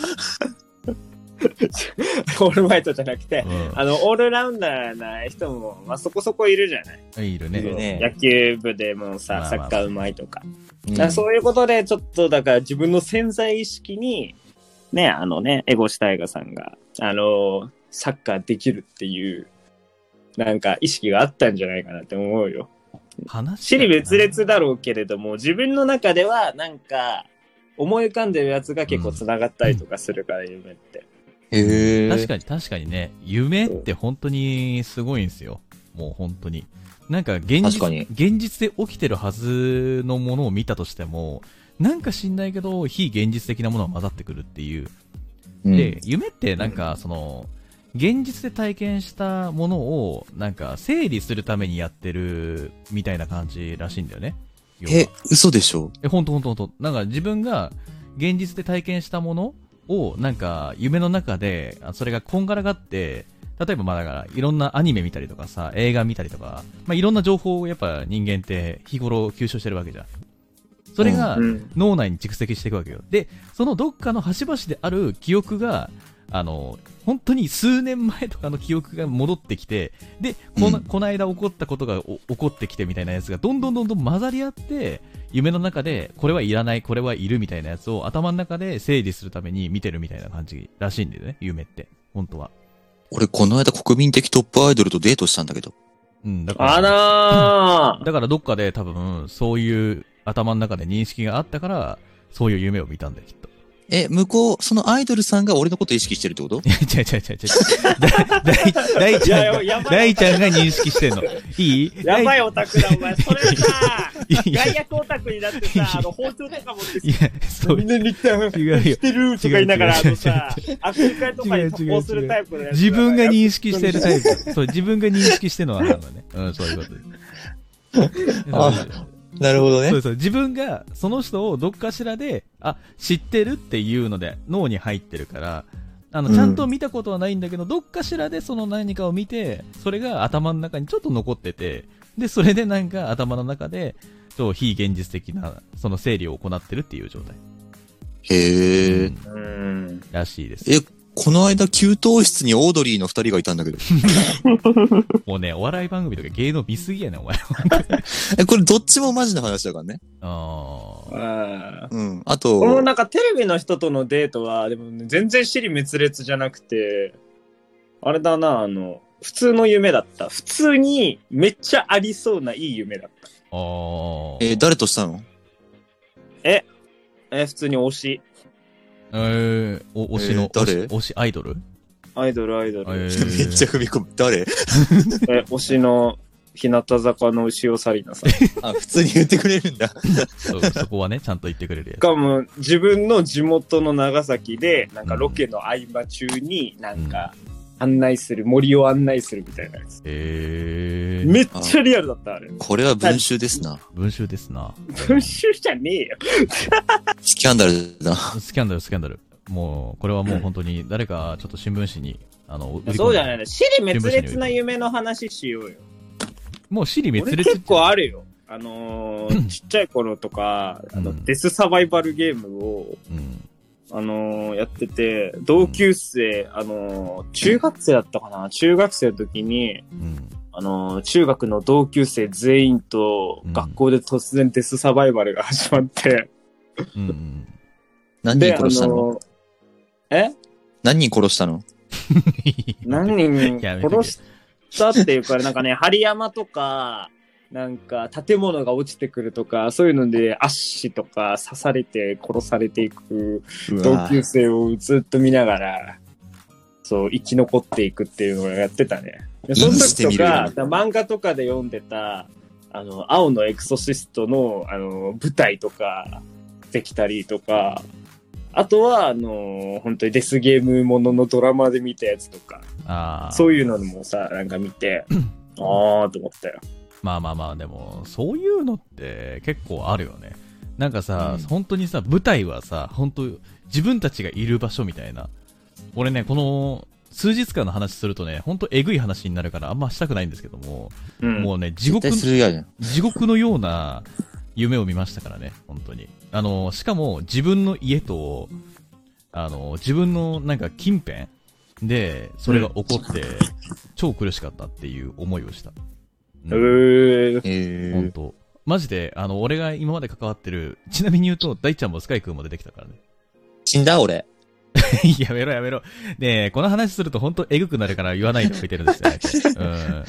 オールマイトじゃなくて、 うんあの、オールラウンダーな人も、まあそこそこいるじゃない。 いるね。 いるね野球部でもさ、 まあまあサッカーうまいとか。 うんだからそういうことで、ちょっと、だから自分の潜在意識に、ね、あのね、江越大河さんが、あの、サッカーできるっていう、なんか意識があったんじゃないかなって思うよ。 話尻滅裂だろうけれども、自分の中では、なんか、思い浮かんでるやつが結構繋がったりとかするから、夢って。 へえ。 確かに確かにね、夢って本当にすごいんですよ。もう本当に。なんか現実、 確かに現実で起きてるはずのものを見たとしても、なんか知んないけど、非現実的なものが混ざってくるっていう。 うんで、夢ってなんかその、現実で体験したものを、なんか整理するためにやってるみたいな感じらしいんだよね。要はえ、嘘でしょ？ え、ほんとほんとほんと。なんか自分が現実で体験したものを、なんか夢の中で、あそれがこんがらがって、例えばまあだから、いろんなアニメ見たりとかさ、映画見たりとか、まあいろんな情報をやっぱ人間って日頃吸収してるわけじゃん。それがうん脳内に蓄積していくわけよ。で、そのどっかの端々である記憶が、あの、本当に数年前とかの記憶が戻ってきて、で、この、 うんこの間起こったことがお起こってきてみたいなやつがどんどんどんどん混ざり合って、夢の中でこれはいらない、これはいるみたいなやつを頭の中で整理するために見てるみたいな感じらしいんだよね、夢って。本当は。 俺、この間国民的トップアイドルとデートしたんだけど。 うん、だから。 あらーだからどっかで多分、そういう頭の中で認識があったから、そういう夢を見たんだよ、きっと。 え、向こう、そのアイドルさんが俺のこと意識してるってこと？ いや、違う違う違う違う。だ、だい、大ちゃんが、 いややばい大ちゃんが認識してんの。いいやばいオタクだ、お前。それさ、 いや外役オタクになってさ、あの、包丁とか持っていや、そうみんなに来た、 違うよしてるとか言いながら、あ違う違うのさ、握手会とかに渡航するタイプのやつ。 自分が認識してるタイプ。そう、自分が認識してるのはあるのね。うん、そういうことです。 あなるほどねそう。そう。自分がその人をどっかしらで、あ、知ってるっていうので脳に入ってるから、 あの、ちゃんと見たことはないんだけど、うん、どっかしらでその何かを見て、それが頭の中にちょっと残ってて、で、それでなんか頭の中で、ちょっと非現実的な、その整理を行ってるっていう状態。 へー。 うん。 らしいです。 え、この間、給湯室にオードリーの二人がいたんだけど。 もうね、お笑い番組とか芸能見すぎやねん、お前。 え、これどっちもマジな話だからね。 ああ。 うん。あと。 このなんかテレビの人とのデートは、でも、ね、全然尻滅裂じゃなくて、あれだな、あの、普通の夢だった。普通にめっちゃありそうないい夢だった。 あー。 えー、誰としたの？ え、え、普通に推し。 えー、お、推しの、 えー、誰？ 推しアイドル？ アイドル、アイドル。 えー、めっちゃ踏み込む。誰？ え、推しの、日向坂の牛尾紗理奈さん。あ、普通に言ってくれるんだ。 そ, そこはね、ちゃんと言ってくれるやつ。 しかも、自分の地元の長崎で、なんかロケの合間中に、なんか、案内する、森を案内するみたいなやつ。 えー。 めっちゃリアルだった、あれ。 これは文集ですな。 文集ですな。 文集じゃねえよ。 スキャンダルだ。 スキャンダル、スキャンダル。もう、これはもう本当に誰かちょっと新聞紙に、あの、 そうじゃないの。尻滅裂な夢の話しようよ。 もう尻滅裂。 結構あるよ。あのー、ちっちゃい頃とか、あの、うん、デスサバイバルゲームを、うん、あのー、やってて、同級生、あのー、中学生だったかな、中学生の時に、うん、あのー、中学の同級生全員と学校で突然デスサバイバルが始まって、 うんうん、何人殺したの？ え？ 何人殺したの？ 何人殺したっていうか、なんかね、針山とか、なんか建物が落ちてくるとか、そういうので足とか刺されて殺されていく同級生をずっと見ながら、そう、生き残っていくっていうのをやってたね。その時とか、漫画とかで読んでた、あの、青のエクソシストの、あの、舞台とかできたりとか、あとは、あの、本当にデスゲームもののドラマで見たやつとか、あそういうのもさ、なんか見て、あーと思ったよ。 まあまあまあ、でも、そういうのって結構あるよね。なんかさ、うん、本当にさ、舞台はさ、本当自分たちがいる場所みたいな。俺ね、この、数日間の話するとね、本当えぐい話になるからあんましたくないんですけども、うん、もうね、地獄、地獄のような夢を見ましたからね、本当に。あの、しかも自分の家と、あの、自分のなんか近辺で、それが起こって、超苦しかったっていう思いをした。 へ、うん、 えー。本当。マジで、あの、俺が今まで関わってる、ちなみに言うと、大ちゃんもスカイ君も出てきたからね。 死んだ俺。 やめろやめろ。ねえ、この話すると本当えぐくなるから言わないでおいてるんですよ。うん。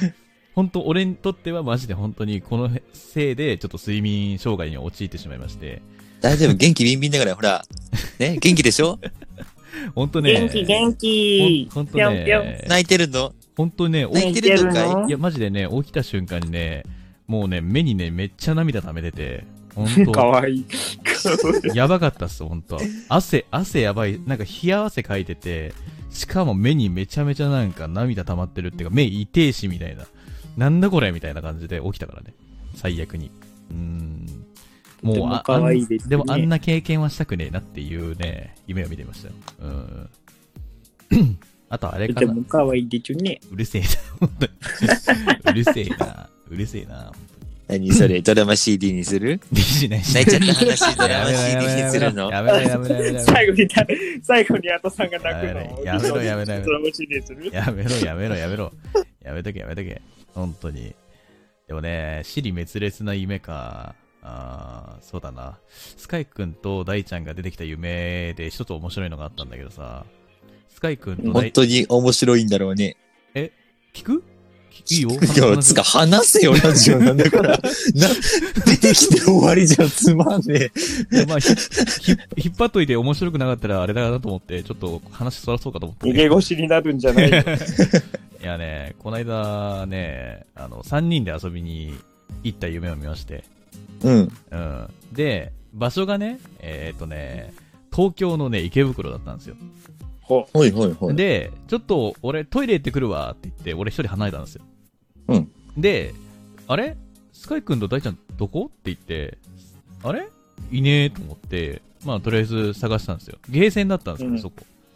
本当俺にとってはマジで本当にこのせいでちょっと睡眠障害に陥ってしまいまして。 大丈夫、元気ビンビンだから、ほら。ね、元気でしょ？ 本当ね。 元気元気。 本当ね。 泣いてるの？ 本当ね、 泣いてるのかい？ いや、マジでね、起きた瞬間にね、もうね、目にね、めっちゃ涙溜めてて。本当かわいい。 やばかったっす、本当汗、汗やばい。なんか冷や汗かいてて、しかも目にめちゃめちゃなんか涙溜まってるっていうか、目痛えしみたいな。なんだこれみたいな感じで起きたからね。最悪に。うーん。もう、あ、 可愛いですね。 でもあんな経験はしたくねえなっていうね、夢を見てましたよ。うん。あとあれかな。 でも可愛いですよね。 うるせえな、本当に。うるせえな。うるせえな。 何それ、ドラマ シーディー にする？ しないしない。泣いちゃった話、ドラマ シーディー にするの？ やめろやめろやめろ。 最後に、最後にアトさんが泣くの。 やめろやめろやめろ。 ドラマ シーディー にする？ やめろやめろやめろ。やめとけやめとけ。本当に。でもね、尻滅裂な夢か。あー、そうだな。スカイくんと大ちゃんが出てきた夢で一つ面白いのがあったんだけどさ。スカイくんと大本当に面白いんだろうね。 え、聞く？いいよ。 いや、つか話せよ、ラジオなんだから。な、出てきて終わりじゃつまんねえ。いや、まあ、ひ、ひ、引っ張っといて面白くなかったらあれだなと思って、ちょっと話そらそうかと思って、 ね。逃げ腰になるんじゃないよ。 いやね、この間ね、あの、三人で遊びに行った夢を見まして。 うん。 うん。で、場所がね、えー、っとね、東京のね、池袋だったんですよ。 ほいほいほい。 で、ちょっと俺トイレ行ってくるわって言って、俺一人離れたんですよ。 うん。 で、あれスカイ君と大ちゃんどこって言って、あれいねえと思って、まあとりあえず探したんですよ。ゲーセンだったんですよ、うん、そこ。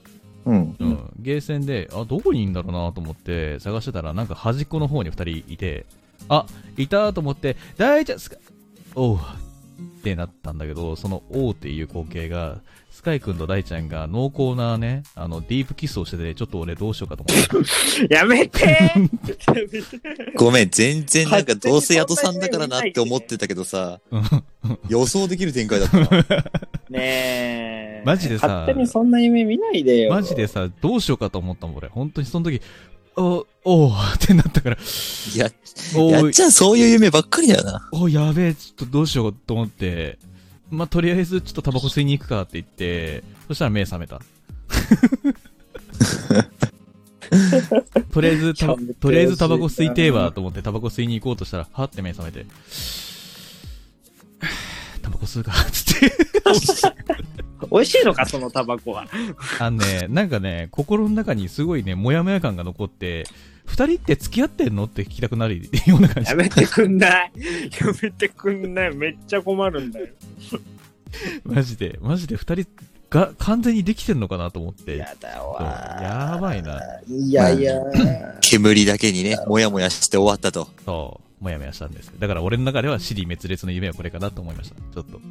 うん。 うん。ゲーセンで、あ、どこにいんだろうなと思って探してたら、なんか端っこの方に二人いて、あ、いたと思って、大ちゃん、スカイ、おうってなったんだけど、そのおうっていう光景が、スカイ君と大ちゃんが濃厚なね、あの、ディープキスをしてて、ちょっと俺どうしようかと思って。 やめてごめん、全然なんかどうせヤトさんだからなって思ってたけどさ、予想できる展開だったな。 ねえ。 マジでさ勝手にそんな夢見ないでよ。 マジでさ、どうしようかと思ったもん、俺。本当にその時、お、おーってなったから、 いや、 おーやっちゃんそういう夢ばっかりだよな。 お、やべえ、ちょっとどうしようと思って、まあ、とりあえずちょっとタバコ吸いに行くかって言って、そしたら目覚めた。とりあえずタバ、とりあえずタバコ吸いてえわと思ってタバコ吸いに行こうとしたら、はって目覚めて、タバコ吸うか、つって。 美味しいのか、そのタバコは。 あのね、なんかね、心の中にすごいね、もやもや感が残って、二人って付き合ってんのって聞きたくなるような感じ。 やめてくんない。やめてくんない。めっちゃ困るんだよ。 マジで、マジで二人が完全にできてんのかなと思って。 やだそうわ。 やばいな。 いやいや。 煙だけにね、もやもやして終わったと。 そう、もやもやしたんです。だから俺の中では死に滅裂の夢はこれかなと思いました。ちょっと。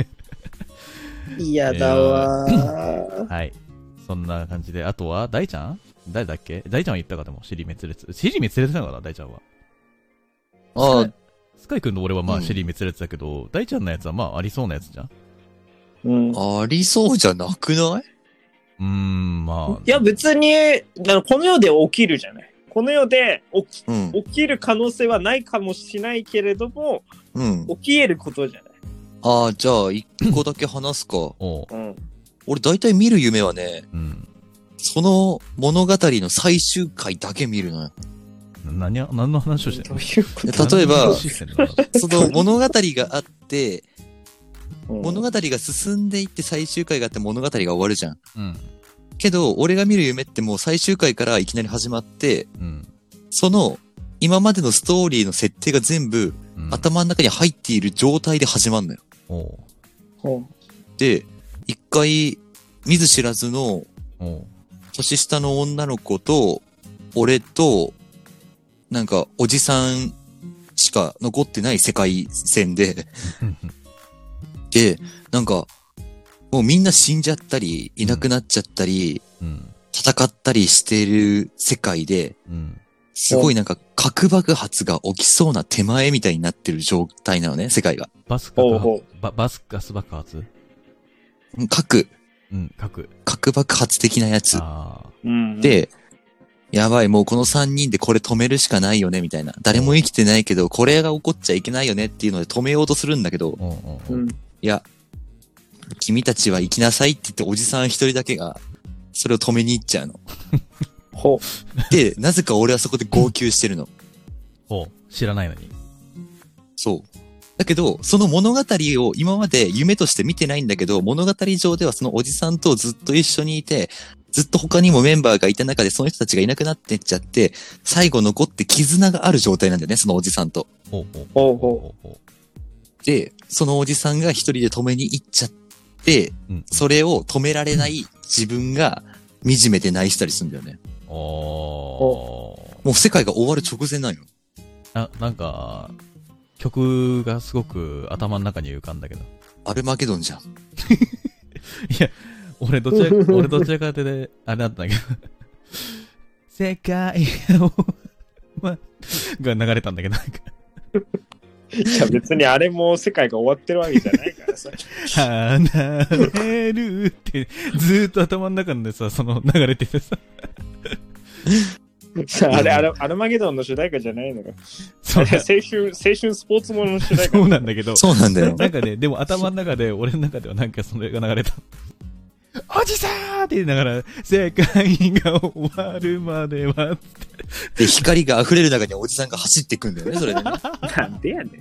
嫌だわ。 はい。そんな感じで、あとは、大ちゃん誰だっけ大ちゃんは言ったかでも、尻滅裂。尻滅裂なのかな大ちゃんは。 ああ、 スカイ君と俺はまあうん尻滅裂だけど、大ちゃんのやつはまあありそうなやつじゃん。 うん。 ありそうじゃなくないうーん、まあ。 いや、別に、だからこの世で起きるじゃない。この世で起きうん。 起きる可能性はないかもしれないけれども、 うん。 起き得ることじゃない。 ああ、じゃあ、一個だけ話すか。 おう。 うん。 俺大体見る夢はね、 うん。 その物語の最終回だけ見るのよ。 何や、何の話をしてんのどういうこと例えば何の話してんのその物語があって、 うん物語が進んでいって最終回があって物語が終わるじゃん。 うん。 けど、俺が見る夢ってもう最終回からいきなり始まって、 うん。 その、今までのストーリーの設定が全部、 うん。 頭の中に入っている状態で始まるのよ。 おう。 うんで、一回、見ず知らずのおう。 年下の女の子と、俺と、なんか、おじさんしか残ってない世界線で、で、なんか、もうみんな死んじゃったり、いなくなっちゃったり、 うん。 戦ったりしてる世界で、 うん。 すごいなんか核爆発が起きそうな手前みたいになってる状態なのね、世界が。 バスガほうほス、ババスガス爆発核、 うん、核。 核爆発的なやつ。 ああ。 うん。 で、やばい、もうこの三人でこれ止めるしかないよね、みたいな。誰も生きてないけど、これが起こっちゃいけないよねっていうので止めようとするんだけど、 おうおううおう。 ん。 いや、君たちは行きなさいって言っておじさん一人だけが、それを止めに行っちゃうの。 ほで、なぜか俺はそこで号泣してるの。 おう。知らないのに。 そう。だけど、その物語を今まで夢として見てないんだけど、物語上ではそのおじさんとずっと一緒にいて、ずっと他にもメンバーがいた中でその人たちがいなくなってっちゃって、最後残って絆がある状態なんだよね、そのおじさんと。 ほうほう。 ほうほうほで、そのおじさんが一人で止めに行っちゃって、 う。うん。 それを止められない自分が惨めて泣いてたりするんだよね。 おー。 もう世界が終わる直前なんよ。 あ、なんか、曲がすごく頭の中に浮かんだけど。 アルマゲドンじゃん。 いや、俺どちら、俺どちらかというと、あれだったんだけど。世界を、ま、が流れたんだけど、なんか。 う。いや、別にあれも世界が終わってるわけじゃないからさ。 離れるって、ずーっと頭の中でさ、その流れててさ。 あれ、あれ、アルマゲドンの主題歌じゃないのよ。 そうあれ青春、青春スポーツものの主題歌。 そうなんだけど。 そうなんだよ。 なんかね、でも頭の中で、俺の中ではなんかそれが流れた。おじさーって言いながら、世界が終わるまでは、 で、光が溢れる中におじさんが走っていくんだよね、それでね。 なんでやね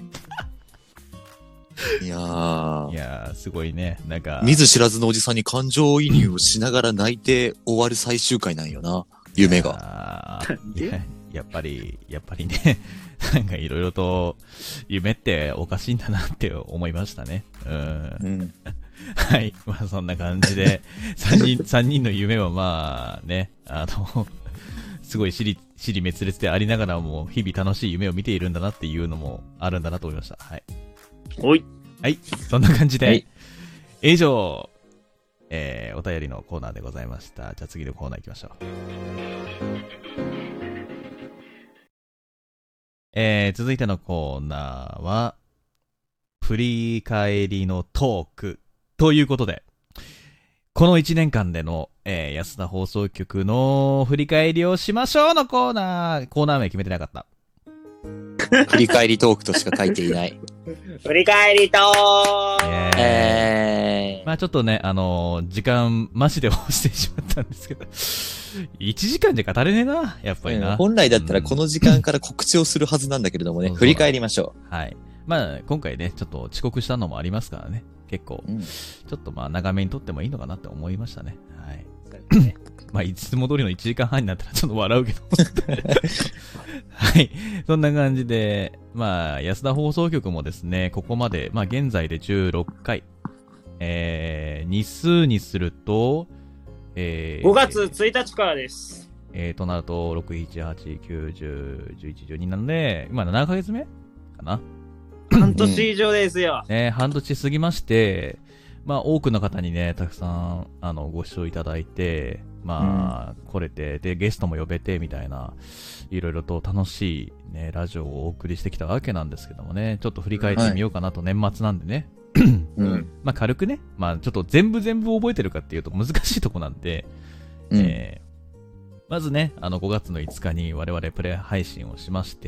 ん。 いやーい。やー、すごいね。なんか、 見ず知らずのおじさんに感情移入をしながら泣いて終わる最終回なんよな。夢が。 が。いや、やっぱり、やっぱりね、 なんかいろいろと、夢っておかしいんだなって思いましたね。うん。うん、はい。まあそんな感じで、三人、三人の夢はまあね、あの、すごい尻、尻滅裂でありながらも、日々楽しい夢を見ているんだなっていうのもあるんだなと思いました。はい。 おい。 はい。そんな感じで、はい、以上、えー、お便りのコーナーでございました。じゃあ次のコーナー行きましょう。えー、続いてのコーナーは、振り返りのトークということで、このいちねんかんでの、えー、安田放送局の振り返りをしましょうのコーナー。コーナー名決めてなかった。 振り返りトークとしか書いていない。 振り返りトーク、 えー、 まあちょっとね、あのー、時間マジで押してしまったんですけど、いちじかんじゃ語れねえな、やっぱりな。 本来だったらこの時間から告知をするはずなんだけれどもね、うん、振り返りましょう。 はい。まあ今回ね、ちょっと遅刻したのもありますからね、結構、うん、ちょっとまあ長めに撮ってもいいのかなって思いましたね。はい。まあいつも通りのいちじかんはんになったらちょっと笑うけど。はい。そんな感じで、まあ安田放送局もですね、ここまで、まあ現在でじゅうろっかい。えー、日数にすると、えー、 ごがつついたちからです。 えー、となると、ろく、しち、はち、きゅう、じゅう、じゅういち、じゅうになので、今ななかげつめかな。 半年以上ですよ。 ね、半年過ぎまして、まあ多くの方にね、たくさん、あの、ご視聴いただいて、まあ、うん、来れて、で、ゲストも呼べて、みたいな、いろいろと楽しいね、ラジオをお送りしてきたわけなんですけどもね、ちょっと振り返ってみようかなと、年末なんでね。うん、まあ軽くね、まあちょっと全部全部覚えてるかっていうと難しいとこなんで、うん、えー、まずね、あのごがつのいつかに我々プレイ配信をしまして、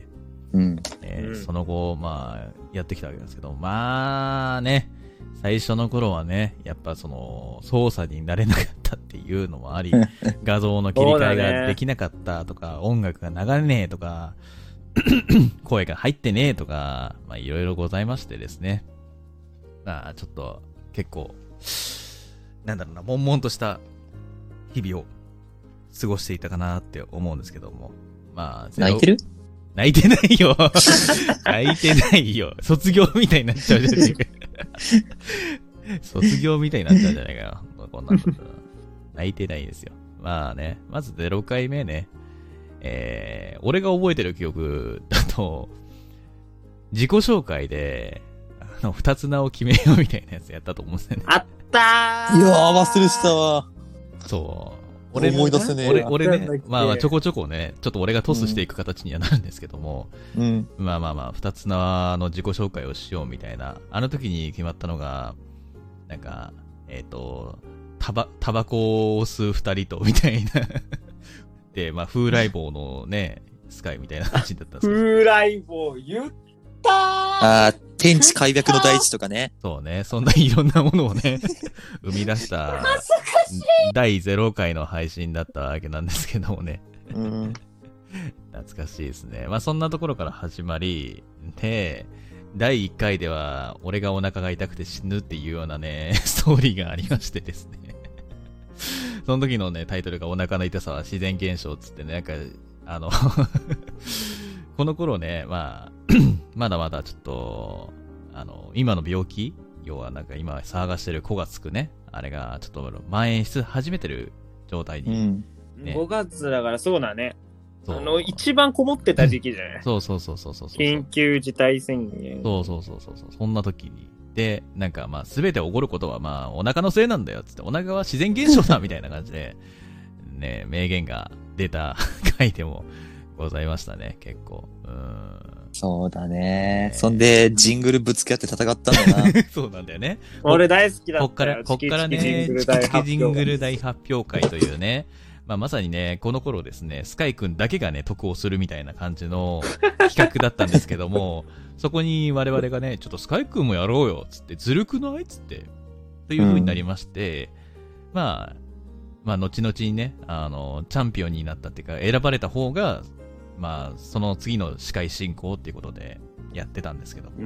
うんえーうん、その後、まあやってきたわけですけど、まあね、最初の頃はね、やっぱその操作になれなかったっていうのもあり、画像の切り替えができなかったとか、ね、音楽が流れねえとか、声が入ってねえとか、まあいろいろございましてですね。まあ、ちょっと、結構、なんだろうな、悶々とした日々を過ごしていたかなって思うんですけども。まあ、 泣いてる？ 泣いてないよ。泣いてないよ。卒業みたいになっちゃうじゃないか。卒業みたいになっちゃうじゃないかよ。こんなの。泣いてないですよ。まあね、まずゼロかいめね、えー、俺が覚えてる記憶だと、自己紹介で、の二つ名を決めようみたいなやつやったと思うんですよね。 あったー。 いやー、忘れてたわ。 そう。俺、 思い出せねえ。 俺、俺ね、まあまあちょこちょこね、ちょっと俺がトスしていく形にはなるんですけども、うん、まあまあまあ、二つ名の自己紹介をしようみたいな、あの時に決まったのが、なんか、えっと、タバ、タバコを吸う二人と、みたいな。で、まあ、風来坊のね、スカイみたいな感じだったんですけど。 風来坊言ったー。 ああ、天地開闢の大地とかね。 そうね。そんないろんなものをね、生み出しただいゼロかいの配信だったわけなんですけどもね。うん、懐かしいですね。まあそんなところから始まり、で、だいいっかいでは俺がお腹が痛くて死ぬっていうようなね、ストーリーがありましてですね。その時のね、タイトルがお腹の痛さは自然現象つってね、なんか、あの、この頃ね、まあ、まだまだちょっと、あの、今の病気、要はなんか今騒がしてる子がつくね、あれがちょっと蔓延し始めてる状態に、 うんね。ごがつだからそうだね。あの、一番こもってた時期じゃないそうそうそうそうそうそう。 緊急事態宣言。 そうそうそうそうそう。そんな時に。で、なんかまあ、すべて起こることはまあ、お腹のせいなんだよ、つって、お腹は自然現象だ、みたいな感じで、ね、名言が出た回でもございましたね、結構。うーん。 そうだね。そんで、ジングルぶつけ合って戦ったんだな。 そうなんだよね。 俺大好きだったよ。 こっから、こっからね、チキチキジングル大発表会というね、まあまさにね、この頃ですね、スカイくんだけがね、得をするみたいな感じの企画だったんですけども、そこに我々がね、ちょっとスカイくんもやろうよ、つって、ずるくないつって、という風になりまして、うん、まあ、まあ、後々にね、あの、チャンピオンになったっていうか、選ばれた方が、まあ、その次の司会進行っていうことでやってたんですけど。うん。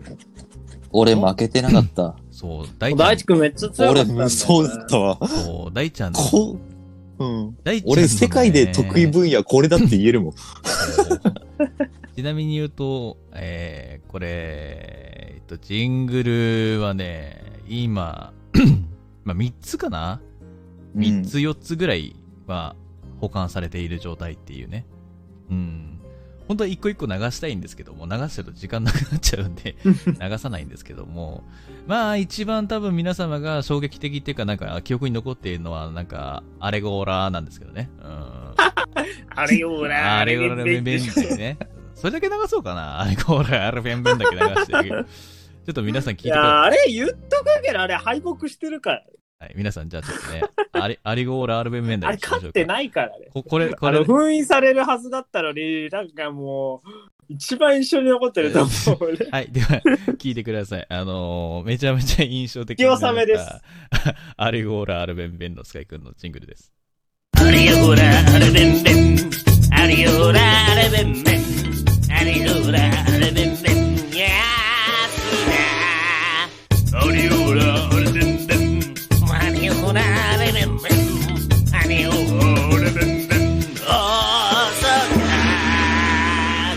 俺負けてなかった。 そう、 大ちゃん。大地くんめっちゃ強かったんだ、ね。 俺無双だったわ。 そう、大ちゃんの。 こうん。大ちゃんの、ね、俺世界で得意分野これだって言えるもん。 ちなみに言うと、えー、これ、えっと、ジングルはね、今、まあ、みっつかな ?みっ つよっつぐらいは保管されている状態っていうね。うん。本当は一個一個流したいんですけども、流してると時間なくなっちゃうんで、流さないんですけども、まあ一番多分皆様が衝撃的っていうかなんか記憶に残っているのはなんか、アレゴーラーなんですけどね。うん。 あれよーらアレゴーラーベンベンってね。それだけ流そうかな。アレゴーラーベンベンだけ流してるけど。ちょっと皆さん聞いてください。いやあれ言っとくけど、あれ敗北してるから。 はい、皆さんじゃあちょっとね、アリ、アリゴーラーベンベンだけあれ勝ってないからね。 ここれ、これ。 あの、封印されるはずだったのに、なんかもう、一番印象に残ってると思う、ね。 はい、では、聞いてください。あのー、めちゃめちゃ印象的な。 清さめです。 アリゴーラーベンベンのスカイくんのジングルです。 アリゴーラーベンベン、アリゴーラーベンベン、アリゴーラーベンベン、やつだ。アリゴーラーベンベン、アリゴーラーベンベン、アリゴーラーベンベン、おーそだ。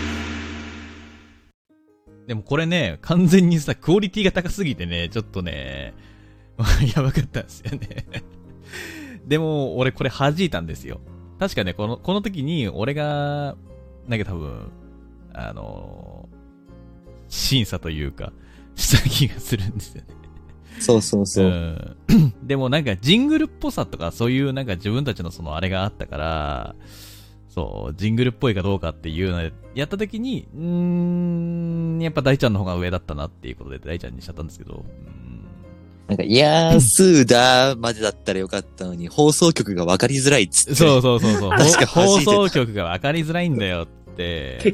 でもこれね、完全にさ、クオリティが高すぎてね、ちょっとね、やばかったんですよね。でも、俺これ弾いたんですよ。確かね、この、この時に、俺が、なんか多分、あのー、審査というか、した気がするんですよね。 そうそうそう。 うん、でもなんか、ジングルっぽさとか、そういうなんか自分たちのそのあれがあったから、そう、ジングルっぽいかどうかっていうので、やった時に、うーん、やっぱ大ちゃんの方が上だったなっていうことで、大ちゃんにしちゃったんですけど、うんなんか、いやー、スーダーまでだったらよかったのに、放送局が分かりづらいっつって。 そうそうそうそう。 確か放送局が分かりづらいんだよって。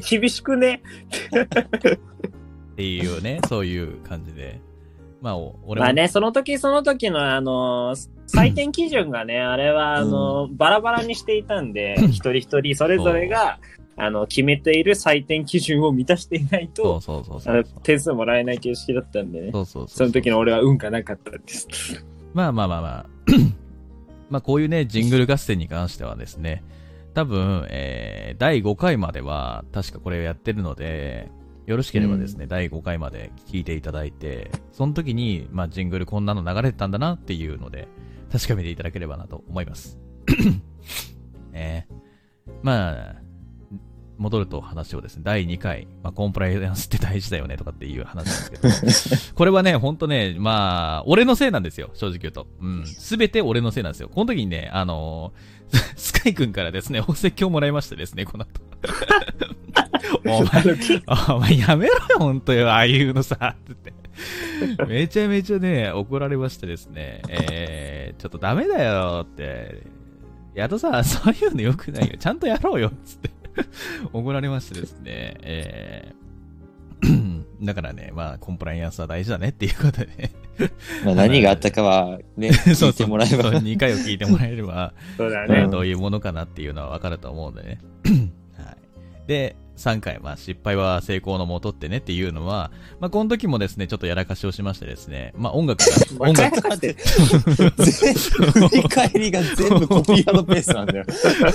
厳しくね。 っていうね、そういう感じで。まあ、俺は。まあね、その時その時のあのー、採点基準がね、あれはあのー、バラバラにしていたんで、一人一人それぞれが、あの、決めている採点基準を満たしていないと、 そうそうそうそうあの点数もらえない形式だったんでね。 そうそうそうそう。 その時の俺は運がなかったんです。 まあまあまあまあ。まあこういうね、ジングル合戦に関してはですね、多分、えー、だいごかいまでは、確かこれをやってるので、よろしければですね、うん、だいごかいまで聞いていただいて、その時に、まあジングルこんなの流れてたんだなっていうので、確かめていただければなと思います。ね、まあ、戻ると話をですね、だいにかい、まあ、コンプライアンスって大事だよねとかっていう話なんですけど、これはね、ほんとね、まあ、俺のせいなんですよ、正直言うと。うん。すべて俺のせいなんですよ。この時にね、あのー、スカイ君からですね、お説教もらいましてですね、この後。お前、お前やめろよ、ほんとよ、ああいうのさ、って。めちゃめちゃね、怒られましてですね、えー、ちょっとダメだよって、やっとさ、そういうの良くないよ、ちゃんとやろうよ、つって。怒られましてですね、えー、だからね、まあ、コンプライアンスは大事だねっていうことで、 まあ何があったかはね、聞いてもらえば。 そうそう、にかいを聞いてもらえれば、 そうだね、 どういうものかなっていうのはわかると思うんでね。はい、で、さんかい、まあ失敗は成功のもとってねっていうのは、まあこの時もですね、ちょっとやらかしをしましてですね、まあ音楽が、音楽が、振り返りが全部コピーのペースなんだよ。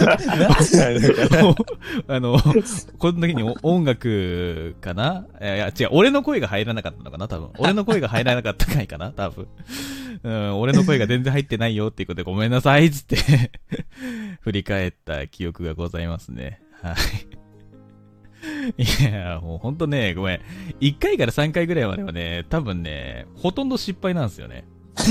あの、この時に音楽かないや、違う、俺の声が入らなかったのかな多分。俺の声が入らなかった回かな多分。うん、俺の声が全然入ってないよっていうことでごめんなさいっつって振り返った記憶がございますね。はい。いや、もうほんとね、ごめん。いっかいからさんかいぐらいまではね、多分ね、ほとんど失敗なんですよね。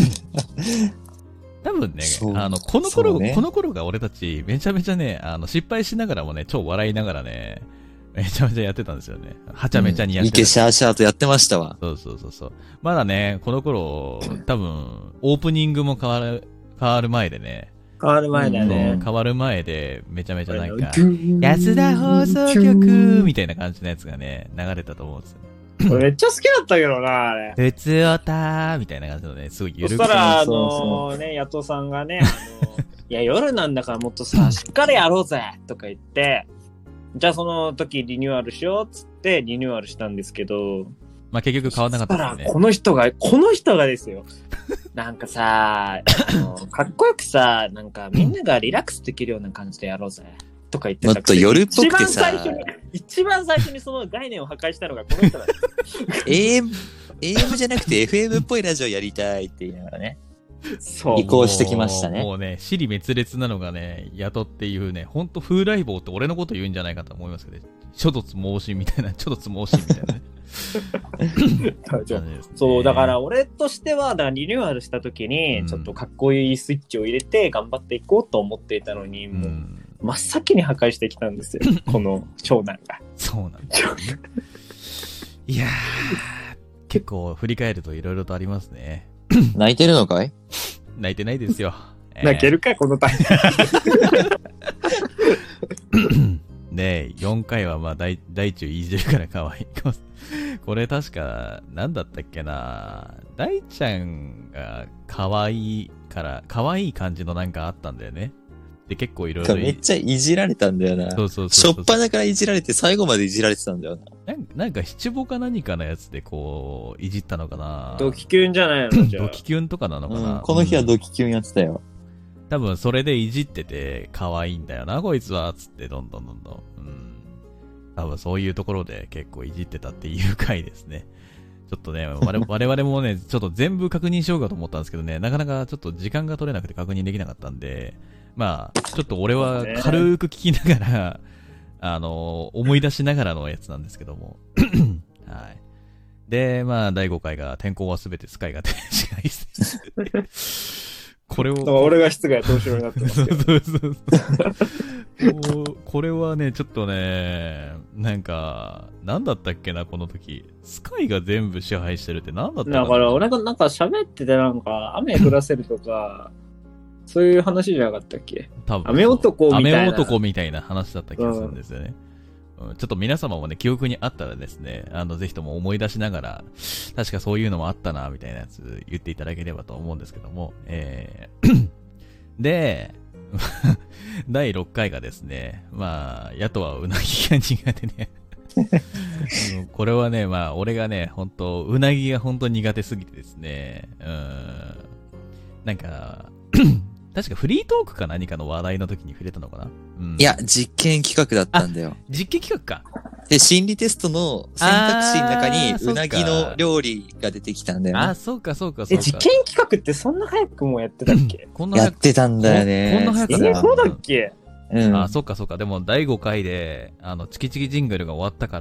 多分ね、あの、この頃、ね、この頃が俺たち、めちゃめちゃね、あの、失敗しながらもね、超笑いながらね、めちゃめちゃやってたんですよね。はちゃめちゃにやってた。 いけシャーシャーとやってましたわ。 そうそうそうそう。まだね、この頃、多分、オープニングも変わる、変わる前でね、 変わる前だね。 変わる前で、めちゃめちゃなんか、安田放送局みたいな感じのやつがね、流れたと思うんですよ。 俺めっちゃ好きだったけどな、あれ。 ふつおたーみたいな感じのね、すごいゆるく。 そしたら、あのー、ね、ヤトさんがね、あのー、いや、夜なんだからもっとさ、しっかりやろうぜとか言って、じゃあその時リニューアルしようっつってリニューアルしたんですけど、 まあ結局変わんなかったですね。 この人が、この人がですよ。なんかさ、あの、かっこよくさ、なんかみんながリラックスできるような感じでやろうぜ。とか言ってた。 もっと夜っぽくてさ、 一番最初にその概念を破壊したのがこの人なんです。 エーエム、エーエム じゃなくて エフエム っぽいラジオやりたいって言いながらね。 そう。 移行してきましたね。 もうね、尻滅裂なのがね、雇っていうね、ほんと風来坊って俺のこと言うんじゃないかと思いますけど、諸突猛進みたいな、諸突猛進みたいなね。 そう、だから俺としては、だからリニューアルした時に、ちょっとかっこいいスイッチを入れて頑張っていこうと思っていたのに、もう、真っ先に破壊してきたんですよ、この長男が。 そうなんですよね。いやー、結構振り返ると色々とありますね。 泣いてるのかい？ 泣いてないですよ。 泣けるか、このタイミング。で、よんかいはまあ大、大中いじるから可愛い。これ確か、なんだったっけな、大ちゃんが可愛いから、可愛い感じのなんかあったんだよね。で、結構いろいろ。 めっちゃいじられたんだよな。 そうそうそうそう。 しょっぱなからいじられて最後までいじられてたんだよな。 なん、なんか七五か何かのやつでこう、いじったのかな。 ドキキュンじゃないのじゃあ。 ドキキュンとかなのかな、 うん。この日はドキキュンやってたよ。 うん、多分それでいじってて、可愛いんだよな、こいつは、つってどんどんどんどん。うん。多分そういうところで結構いじってたっていう回ですね。ちょっとね、我々, 我々もね、ちょっと全部確認しようかと思ったんですけどね、なかなかちょっと時間が取れなくて確認できなかったんで、まあ、ちょっと俺は軽く聞きながら、あの、思い出しながらのやつなんですけども。はい。で、まあ、だいごかいが、天候はすべてスカイが支配して。これを。 俺が室外投手になってますけど。そうそうそうそう。これはね、ちょっとね、なんか、なんだったっけな、この時。スカイが全部支配してるってなんだったかな。 だから、俺がなんか喋っててなんか、雨降らせるとか、そういう話じゃなかったっけ？多分。雨男みたいな。 雨男みたいな話だった気がするんですよね。うんうん、ちょっと皆様もね、記憶にあったらですね、あの、ぜひとも思い出しながら、確かそういうのもあったな、みたいなやつ言っていただければと思うんですけども、えー、で、だいろっかいがですね、まあ、野党はうなぎが苦手ね。これはね、まあ、俺がね、本当うなぎが本当苦手すぎてですね、うーん、なんか、確かフリートークか何かの話題の時に触れたのかな、うん、 いや、実験企画だったんだよ。 実験企画か。 で、心理テストの選択肢の中にうなぎの料理が出てきたんだよね。 あ、そうかそうかそうか。 え、実験企画ってそんな早くもやってたっけ？ こんなやってたんだよね。 こんな早くえ、そうだっけ？ うん。 あ、そうかそうか。でもだいごかいで、あの、チキチキジングルが終わったから、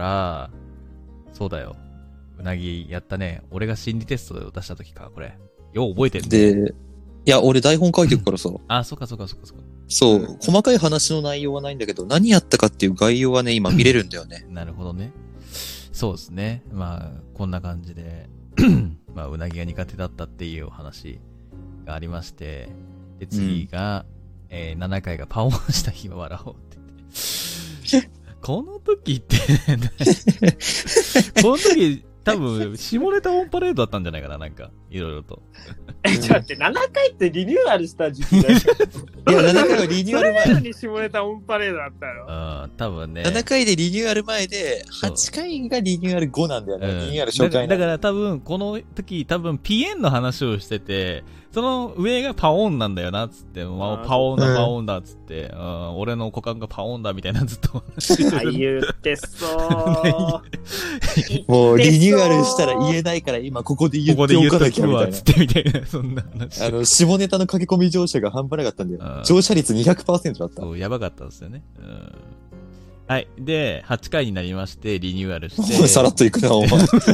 そうだよ。うなぎやったね。俺が心理テストを出した時か、これ。よう覚えてるね。 で、いや、俺台本書いてるからさ。 あ、そうかそうかそうかそうか。 そう、細かい話の内容はないんだけど、何やったかっていう概要はね、今見れるんだよね。 なるほどね。そうですね。まあ、こんな感じで、まあ、うなぎが苦手だったっていうお話がありまして、で、次が、うん、えー、ななかいがパオンした日は笑おうって言って。この時って、この時、多分、下ネタオンパレードだったんじゃないかな、なんか、いろいろと。 え、ちょっと待って、ななかいってリニューアルした時期だよ。 いや、ななかいはリニューアル前。 それなのに下ネタオンパレードだったの？ うん、多分ね。 ななかいでリニューアル前で、はちかいがリニューアル後なんだよね。うん、リニューアル初回だ。だから多分、この時、多分、ピエンの話をしてて、その上がパオンなんだよな、つって、まあ、パオンだ、パオンだ、つって、うん、俺の股間がパオンだ、みたいなずっと話してる。 言ってそう。 もう、リニューアルしたら言えないから、今ここで言っておかなきゃみたいな。 つってみたいな、そんな話。 あの、下ネタの書き込み乗車が半端なかったんだよ。乗車率 にひゃくパーセント だった。 そう、やばかったですよね。うん。はい。で、はちかいになりまして、リニューアルして。 お前さらっといくな、お前。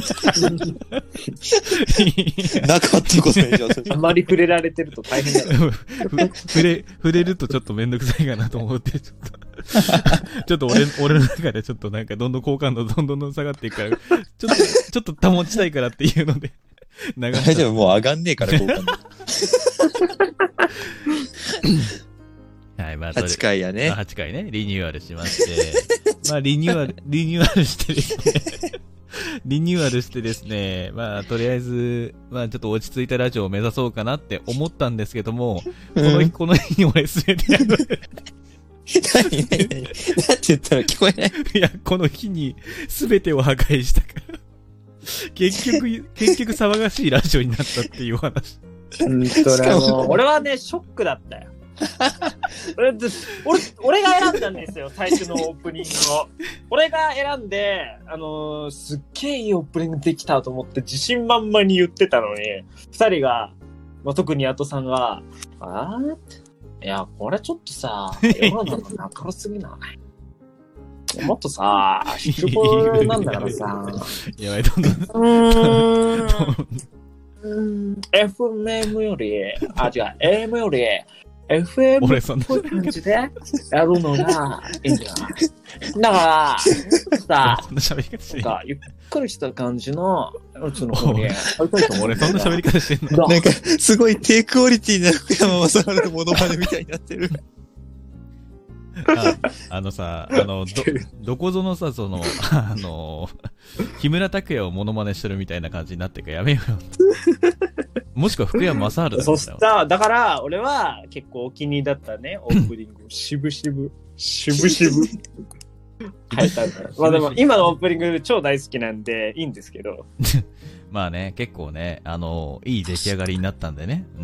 なかったことないじゃん。 あまり触れられてると大変だよ。 触れ、触れるとちょっとめんどくさいかなと思って、ちょっと。ちょっと俺、俺の中でちょっとなんかどんどん好感度どんどんどん下がっていくから、ちょっと、ちょっと保ちたいからっていうので、 流した。大丈夫、もう上がんねえから、好感度。 はい、まあ、 はちかいやね。 はちかいね、リニューアルしまして、まあ、リニューアル、リニューアルしてですね、リニューアルしてですね、まあ、とりあえず、まあ、ちょっと落ち着いたラジオを目指そうかなって思ったんですけども、この日、うん、この日に俺すべてやる。 何何何何って言ったら聞こえないいや、この日にすべてを破壊したから。結局、結局騒がしいラジオになったっていう話。 うんとね、もう俺はね、ショックだったよ。 俺、俺、俺が選んだんですよ、最初のオープニングを。俺が選んで、あのー、すっげえいいオープニングできたと思って自信満々に言ってたのに、二人が、まあ、特にヤトさんが、あーって、いや、これちょっとさ、世の中明るすぎない。もっとさ、低声なんだからさ。 やばい、どんどん。 うーん。エフエム より、あ、違う、エーエム より、エフエム っぽい感じでやるのがいいんじゃないだから、さ、 そんな喋り方してなんか、ゆっくりした感じの、うちの方に、やりたいと思う。 俺そんな喋り方してんの？ なんか、すごい低クオリティな福山雅治のモノマネみたいになってる。 あ, あのさ、あの、ど、どこぞのさ、その、あの、木村拓哉をモノマネしてるみたいな感じになってるからやめようよ。もしくは福山雅治だったよ。 そしたら、だから、俺は結構お気に入りだったね、オープニング。渋々、渋々。入ったんだ。まあでも、今のオープニング超大好きなんで、いいんですけど。 まあね、結構ね、あの、いい出来上がりになったんでね。うん。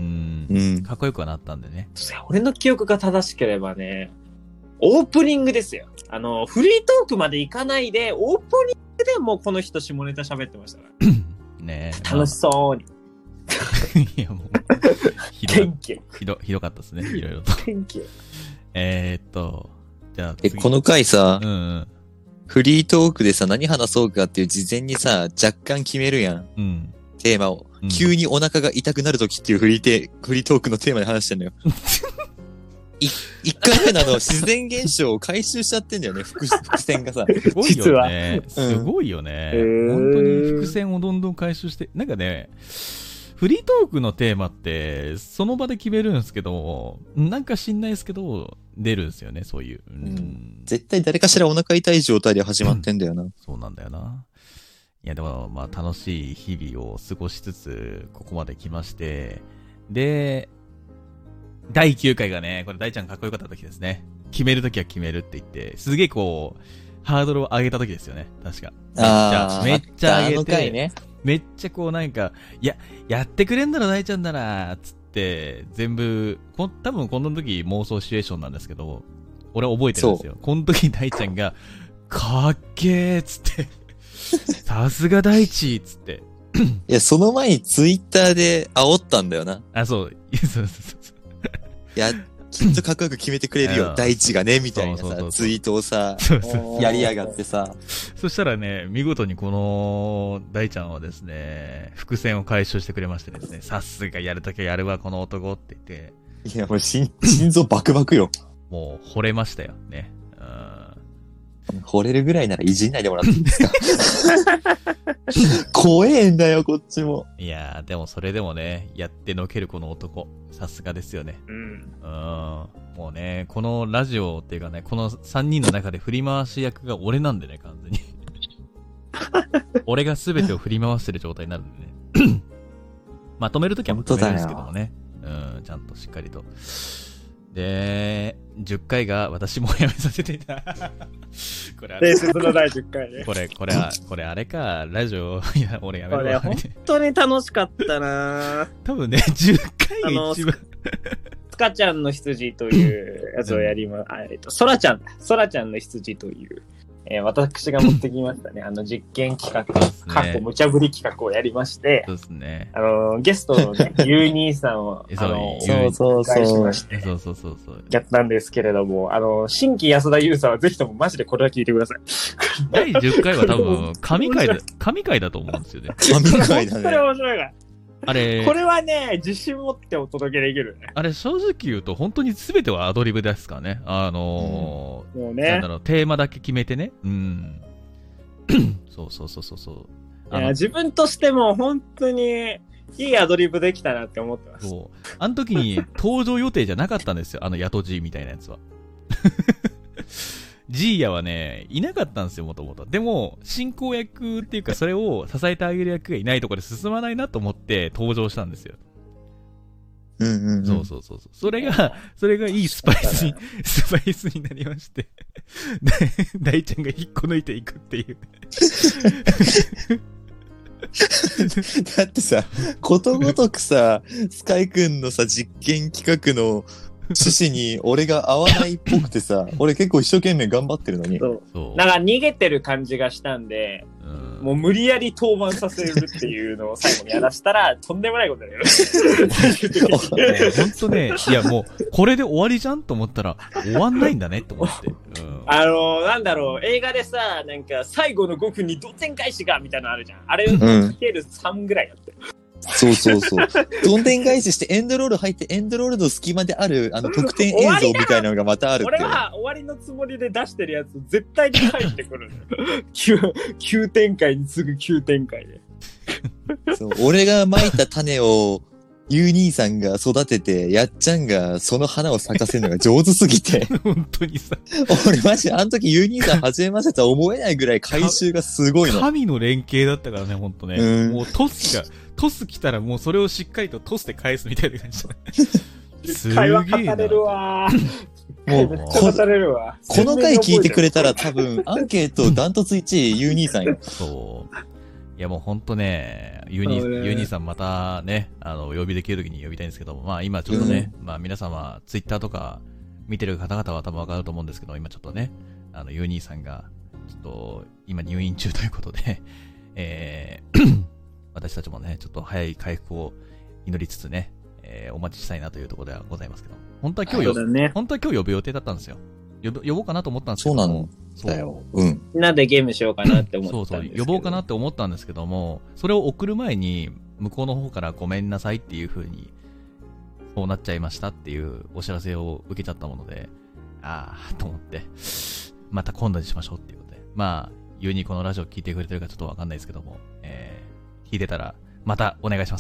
うん。 かっこよくはなったんでね。 俺の記憶が正しければね、オープニングですよ。あの、フリートークまで行かないで、オープニングでもうこの人下ネタ喋ってましたから。 ねえ。 楽しそうに。 いやもう、ひど元気。 ひど、ひどかったですね、いろいろと。 元気。 えーっと、じゃあえ、この回さ、 うんうん。 フリートークでさ、何話そうかっていう事前にさ、若干決めるやん。 うん。 テーマを。 うん、 急にお腹が痛くなるときっていうフリーテフリートークのテーマで話してんのよ。い、一回目のあの、自然現象を回収しちゃってんだよね、伏、伏線がさ。 すごいよね。すごいよね。 うん、 本当に伏線をどんどん回収して、なんかね、フリートークのテーマって、その場で決めるんですけど、なんか知んないですけど、出るんですよね、そういう。うん、 絶対誰かしらお腹痛い状態で始まってんだよな。 うん、そうなんだよな。いや、でも、まあ、楽しい日々を過ごしつつ、ここまで来まして、で、だいきゅうかいがね、これ大ちゃんかっこよかった時ですね。決める時は決めるって言って、すげえこう、ハードルを上げた時ですよね、確か。めっちゃ、めっちゃ上げて、 ね、 めっちゃこうなんか、いや、やってくれんだろ大ちゃんなら、つって、全部、こ多分この時妄想シチュエーションなんですけど、俺覚えてるんですよ。この時大ちゃんが、かっけーつって、さすが大地つって。 いや、その前にツイッターで煽ったんだよな。 あ、そう。そうそうそう。 いや、きっとかっこよく決めてくれるよ、大地がね、みたいなさ、そうそうそうツイートをさ、そうそうそうやりやがってさ。 そしたらね、見事にこの大ちゃんはですね、伏線を回収してくれましてですね、さすがやるときはやるわ、この男って言って。 いや、もう心、心臓バクバクよ。 もう、惚れましたよ、ね。 うん。惚れるぐらいならいじんないでもらっていいですか怖えんだよ、こっちも。 いやー、でもそれでもね、やってのけるこの男、さすがですよね。 うん。うん。 もうね、このラジオっていうかね、このさんにんの中で振り回し役が俺なんでね、完全に。俺が全てを振り回してる状態になるんでね。まとめるときはまとめるんですけどもね。うん、ちゃんとしっかりと。で、じゅっかいが私もやめさせていた。これあれ。 伝説のだいじゅっかいね。 これ、これ、これあれか、ラジオ、いや、俺やめるわ。 これ本当に楽しかったな多分ね、じゅっかいが一番。 スカちゃんの羊というやつをやりま、あえっと、ソラちゃんだ。ソラちゃんの羊という。えー、私が持ってきましたね。あの実験企画、ね、過去無茶ぶり企画をやりまして、 そうですね。 あの、ゲストのね、ユー兄さんを、あの、 そうそうそう。 しまして、 そうそうそうそう。 やったんですけれども、あの、新規安田優さんはぜひともマジでこれは聞いてください。 だいじゅっかいは多分、神回だ、神回だと思うんですよね。 神回だね。 これ面白いから。 あれ、 これはね、自信持ってお届けできるね。 あれ、正直言うと、本当に全てはアドリブですからね。あのー、 うん、もうね。 なんだろう、テーマだけ決めてね。うん。そうそうそうそうそう。 いや、自分としても本当にいいアドリブできたなって思ってます。 そう。あの時に登場予定じゃなかったんですよ。あの、ヤトジーみたいなやつは。ジーヤはね、いなかったんですよ、もともと。でも、進行役っていうか、それを支えてあげる役がいないところで進まないなと思って登場したんですよ。 うんうん、うん。 そうそうそう。それが、それがいいスパイスに、スパイスになりまして、大ちゃんが引っこ抜いていくっていう。 だってさ、ことごとくさ、スカイくんのさ、実験企画の趣旨に俺が合わないっぽくてさ、俺結構一生懸命頑張ってるのに。 そう。 そう。 なんか逃げてる感じがしたんで、 うんもう無理やり登板させるっていうのを最後にやらしたら、とんでもないことだよ。 ほんとね、いやもう、これで終わりじゃんと思ったら、終わんないんだねって思って。うん、 あのー、なんだろう、映画でさ、なんか最後のごふんに同点返しがみたいなのあるじゃん。あれをかけるさんぐらいだって。 そうそうそう。どんでん返ししてエンドロール入ってエンドロールの隙間である、あの、特典映像みたいなのがまたあるって。 俺は終わりのつもりで出してるやつ絶対に返してくるのよ。急、急展開に次ぐ急展開で。 そう、俺が蒔いた種を、ユー兄さんが育てて、やっちゃんがその花を咲かせるのが上手すぎて。 本当にさ。 俺マジ、あの時ユー兄さん初めましてとは思えないぐらい回収がすごいの。 神の連携だったからね、ほんとね。 うんもうトスが、トス来たらもうそれをしっかりとトスで返すみたいな感じだね。すげえ会話語な。 れるわー。 もうめっちゃ語れるわ。 この回聞いてくれたら多分、アンケートダントツいちいユー兄さんよ。 そう。いやもうほんとね、ユニ、 そうねユニさんまたね、あの、お呼びできる時に呼びたいんですけども、まあ今ちょっとね、まあ皆様、ツイッターとか見てる方々は多分わかると思うんですけど、今ちょっとね、あの、ユニさんが、ちょっと、今入院中ということで、えー、私たちもね、ちょっと早い回復を祈りつつね、えー、お待ちしたいなというところではございますけど、本当は今日よ、 そうだね。 本当は今日呼ぶ予定だったんですよ。呼ぶ、呼ぼうかなと思ったんですけど。 そうなのそうだよ。うん。 みんなでゲームしようかなって思ってたんそうそう、 ですけど。 呼ぼうかなって思ったんですけども、それを送る前に、向こうの方からごめんなさいっていう風に、そうなっちゃいましたっていうお知らせを受けちゃったもので、あーと思って、また今度にしましょうっていうことで、まあ、ユニこのラジオ聞いてくれてるかちょっとわかんないですけども、えー、聞いてたら、またお願いします。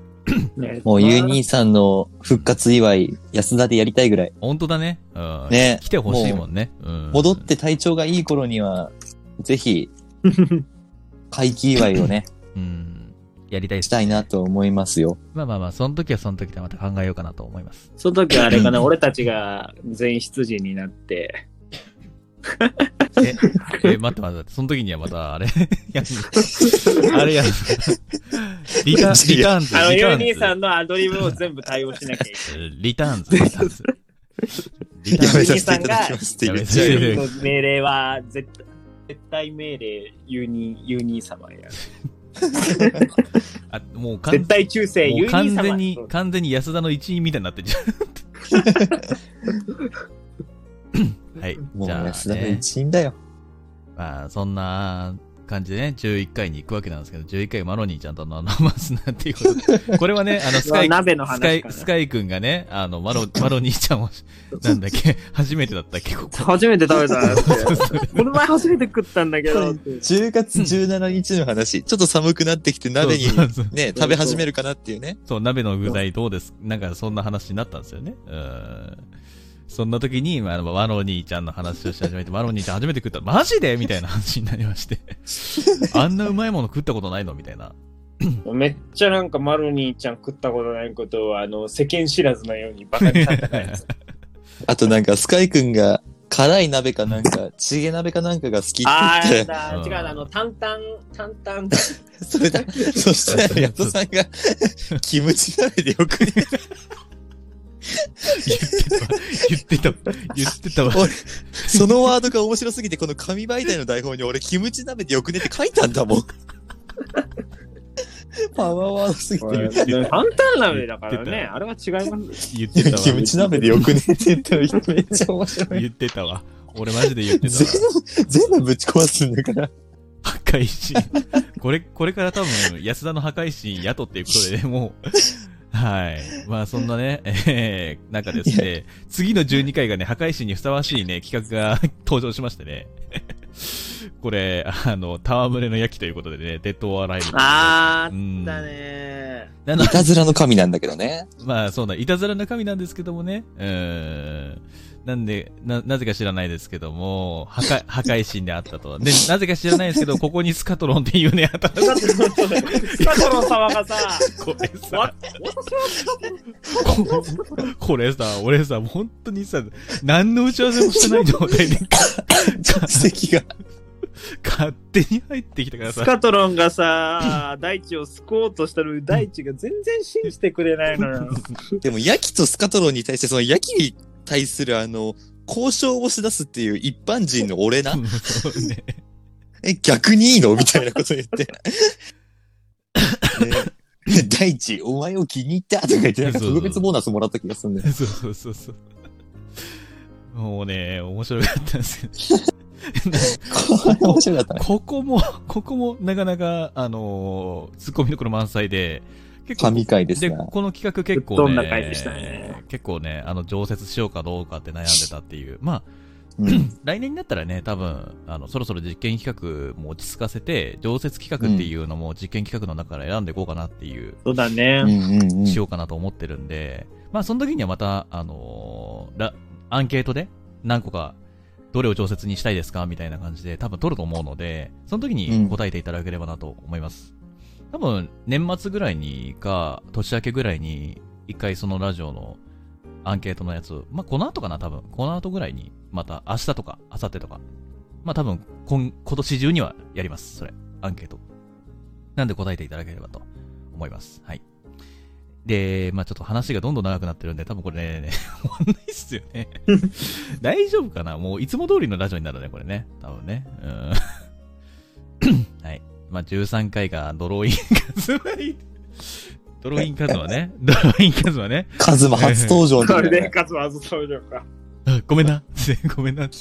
ねもうユー兄さんの復活祝い、安田でやりたいぐらい。 本当だね。うん。 ね来てほしいもんね。うん。 戻って体調がいい頃には、ぜひ、回帰祝いをね、 うん。やりたいです。 したいなと思いますよ。 まあまあまあ、その時はその時でまた考えようかなと思います。 その時はあれかな、俺たちが全員出陣になって、 え、え、待って待って、その時にはまた、あれやんあれやんリターン、リターンズ、 あの、ユーリターンズ。 兄さんのアドリブを全部対応しなきゃいけない。 リターンズ、リターンズ。リタやーンズ。 めさせていただきますって言っちゃうよ。 やめの命令は絶対、絶対命令、ユーニー、ユーニー様や。 あ、もう完絶対忠誠、 もうユーニー様。 完全に、完全に安田の一員みたいになってるじゃん。はい。 もうじゃあ、 安田のね、 一員だよ。 まあ、そんな感じでね、じゅういっかいに行くわけなんですけど、じゅういっかいマロニーちゃんと飲ますなっていうことで。これはね、あの、スカイ、 鍋のスカイ話、かな。 スカイくんがね、あの、マロ、マロニーちゃんを、なんだっけ、初めてだったっけ、ここ。 初めて食べたって。この前初めて食ったんだけどって。 じゅうがつじゅうしちにちの話、ちょっと寒くなってきて鍋にそうそうそうね、食べ始めるかなっていうね。 そう、鍋の具材どうですなんかそんな話になったんですよね。うん。そんな時に、まあ、マロニーちゃんの話をし始めて、マロニーちゃん初めて食ったマジでみたいな話になりまして。あんなうまいもの食ったことないのみたいな。 めっちゃなんかマロニーちゃん食ったことないことを、あの、世間知らずのようにバカにされたやつ。 あとなんか、スカイくんが、辛い鍋かなんか、チゲ鍋かなんかが好きってあー、 言って、 だ、 うん違う、あの、タンタン、タンタン。 それだ。そしたら、ヤトさんが、キムチ鍋でよくね。 言ってたわ。言ってたわ。 俺、そのワードが面白すぎて、この紙媒体の台本に俺、キムチ鍋でよくねって書いたんだもん。パワーワードすぎて。 タンタン鍋だからね。あれは違います。 言ってたわ。 キムチ鍋でよくねって言ったらめっちゃ面白い。 言ってたわ。俺マジで言ってたわ。 全部ぶち壊すんだから。 破壊神。これ、これから多分、安田の破壊神雇っていうことでね、もう、はい。まあそんなね、えー、中ですね、次のじゅうにかいがね、破壊神にふさわしいね、企画が登場しましてね。これ、あの、戯れの焼きということでね、デッドオアライブ。 あうんー、だねなのいたずらの神なんだけどね。 まあそうだ、いたずらの神なんですけどもね。うーん。なんで、な、なぜか知らないですけども、破壊、破壊神であったと。で、なぜか知らないですけど、ここにスカトロンっていうね、新しい。 スカトロン様がさ、 これさわ、 これさ、俺さ、本当にさ、何の打ち合わせもしてない状態で、 実績が。 勝手に入ってきたからさ。 スカトロンがさ、大地を救おうとしたのに、大地が全然信じてくれないのよ。 でも、ヤキとスカトロンに対して、そのヤキに対するあの、交渉をし出すっていう一般人の俺な。 そうね。 え、逆にいいのみたいなこと言って。ね、大地、お前を気に入ったとか言って、なんか特別ボーナスもらった気がするんだよ。 そうそうそうそう。もうね、面白かったんですけど。 これ面白かったね。 ここも、ここもなかなか、あのー、ツッコミどころ満載で、結構、 神回ですね。 で、この企画結構どんなね、 回でしたね結構ね、あの、常設しようかどうかって悩んでたっていう。まあ、 うん、 来年になったらね、多分、あの、そろそろ実験企画も落ち着かせて、常設企画っていうのも実験企画の中から選んでいこうかなっていう、 そうだね。 うんうんうん、 しようかなと思ってるんで、まあ、その時にはまた、あのー、ラ、アンケートで何個か、どれを常設にしたいですかみたいな感じで多分取ると思うので、その時に答えていただければなと思います。うん、多分、年末ぐらいにか、年明けぐらいに、一回そのラジオのアンケートのやつ、まあ、この後かな、多分。この後ぐらいに、また明日とか、明後日とか。まあ、多分、今、今年中にはやります。それ。アンケート。なんで答えていただければと思います。はい。で、まあ、ちょっと話がどんどん長くなってるんで、多分これね、終わんないっすよね。大丈夫かなもういつも通りのラジオになるね、これね。多分ね。うん。はい。まあ、じゅうさんかいがドローインカズマドローインカズマね。ドローインカズマね。 カズマ初登場これでカズマ初登場か。 ごめんな。ごめんな。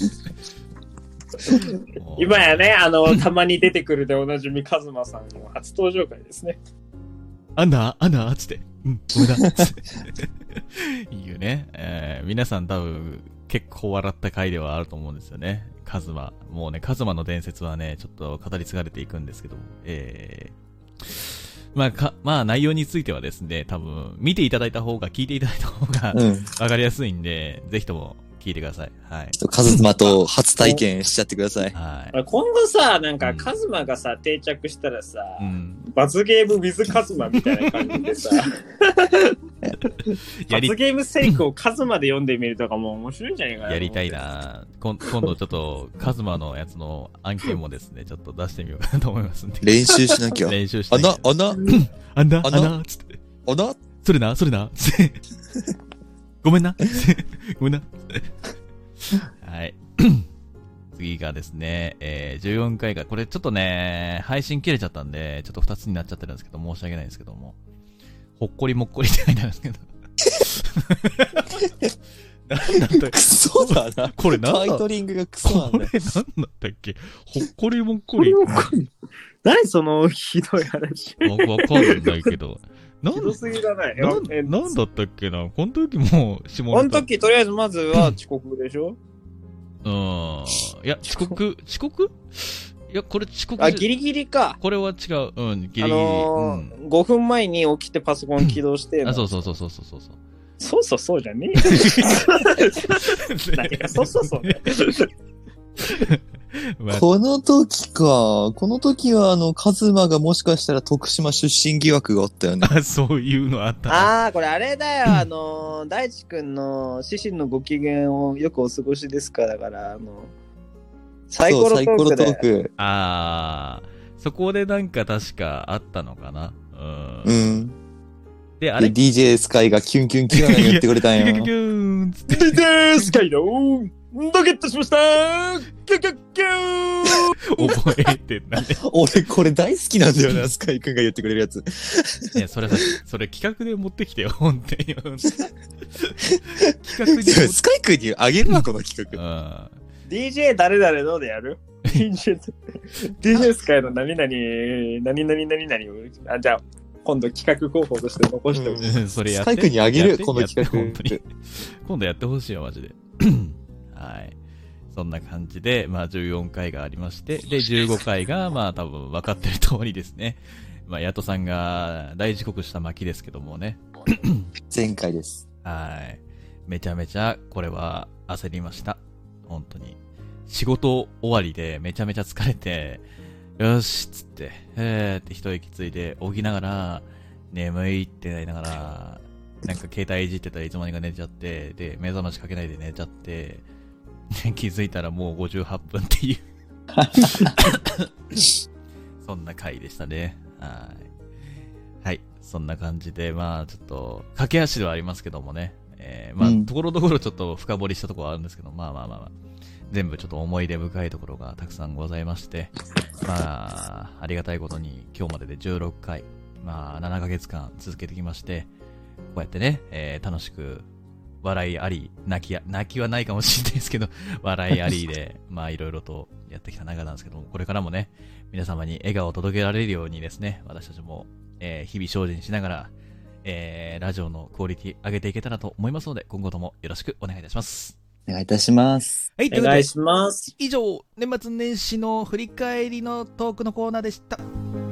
今やね、あの、たまに出てくるでおなじみカズマさんの初登場回ですね。 アンダー、アンダーつって。うん、ごめんな。いいね。えー、皆さん多分結構笑った回ではあると思うんですよね。カズマ。もうね、カズマの伝説はね、ちょっと語り継がれていくんですけども。えー、まあ、か、まあ内容についてはですね、多分見ていただいた方が、聞いていただいた方が、うん、わかりやすいんで、ぜひとも聞いてください。はい。 カズマと初体験しちゃってください。 はい。 今後さ、なんか、カズマがさ、定着したらさ、うん、罰ゲーム with カズマみたいな感じでさ、罰ゲームセイクをカズマで読んでみるとかも面白いんじゃないかな。 やりたいな今度ちょっと、カズマのやつの案件もですね、ちょっと出してみようかなと思いますんで。 練習しなきゃ。 練習しなきゃ。 穴、穴、 穴、穴、つって。 穴それな、それな、つって。ごめんな。ごめんな。はい。次がですね、えー、じゅうよんかいが、これちょっとね、配信切れちゃったんで、ちょっとふたつになっちゃってるんですけど、申し訳ないんですけども。ほっこりもっこりって書いてあるんですけど。なんだったっけクソだな。 これなんだタイトリングがクソなんだよ。 これなんだったっけほっこりもっこり。 何そのひどい話。 わかんないけど。なんひどすぎだね。 な、なんだったっけなこの時も下ネタ。 この時とりあえずまずは遅刻でしょうん。いや、遅刻遅刻いや、これ遅刻。 あ、ギリギリか。 これは違う。うん、ギリギリ。あのーうん、ごふんまえに起きてパソコン起動して。 あ、そうそうそうそうそうそう。 そうそうそうじゃねえよ。何かそうそうそうね。 この時か。この時は、あの、カズマがもしかしたら徳島出身疑惑があったよね。 あ、そういうのあった。 ああ、これあれだよ。あの、大地くんの、獅子のご機嫌をよくお過ごしですかだから、あの、サイコロトーク。サイコロトーク。 ああ、そこでなんか確かあったのかな。うん。 うん。 で、あれディージェー スカイがキュンキュンキュンって言ってくれたんよ。 キュンキュンキュンつって。 ディージェー スカイのドゲットしましたーキュンキュンキュン覚えてんなね。 俺これ大好きなんだよな、スカイくんが言ってくれるやつ。 いや、それさ、それ企画で持ってきてよ、本当に。企画に。 スカイくんにあげるわ、この企画。 うん。ディージェー 誰々どうでやる ?ディージェー、ディージェー スカイの何々、何々何々を、あ、じゃあ、今度企画候補として残しておく。 うん、それやって。 スカイくんにあげる、この企画。 本当に。今度やってほしいよ、マジで。はい。そんな感じで、まあじゅうよんかいがありまして、で、じゅうごかいが、まあ多分分かってる通りですね。まあ、ヤトさんが大遅刻した巻ですけどもね。 前回です。 はい。めちゃめちゃ、これは焦りました。本当に。仕事終わりでめちゃめちゃ疲れて、よしっつって、えーって一息ついて起きながら、眠いってなりながら、なんか携帯いじってたらいつの間にか寝ちゃって、で、目覚ましかけないで寝ちゃって、気づいたらもうごじゅうはっぷんっていうそんな回でしたね。はい。はい。そんな感じで、まあ、ちょっと、駆け足ではありますけどもね。えー、まあ、うん、ところどころちょっと深掘りしたところはあるんですけど、まあまあまあまあ。全部ちょっと思い出深いところがたくさんございまして、まあ、ありがたいことに今日まででじゅうろっかい、まあ、ななかげつかん続けてきまして、こうやってね、えー、楽しく、笑いあり、泣きや、泣きはないかもしれないですけど、笑いありで、まあいろいろとやってきた中なんですけども、これからもね、皆様に笑顔を届けられるようにですね、私たちも、えー、日々精進しながら、えー、ラジオのクオリティ上げていけたらと思いますので、今後ともよろしくお願いいたします。 お願いいたします。 はい、 お願いします。 以上、年末年始の振り返りのトークのコーナーでした。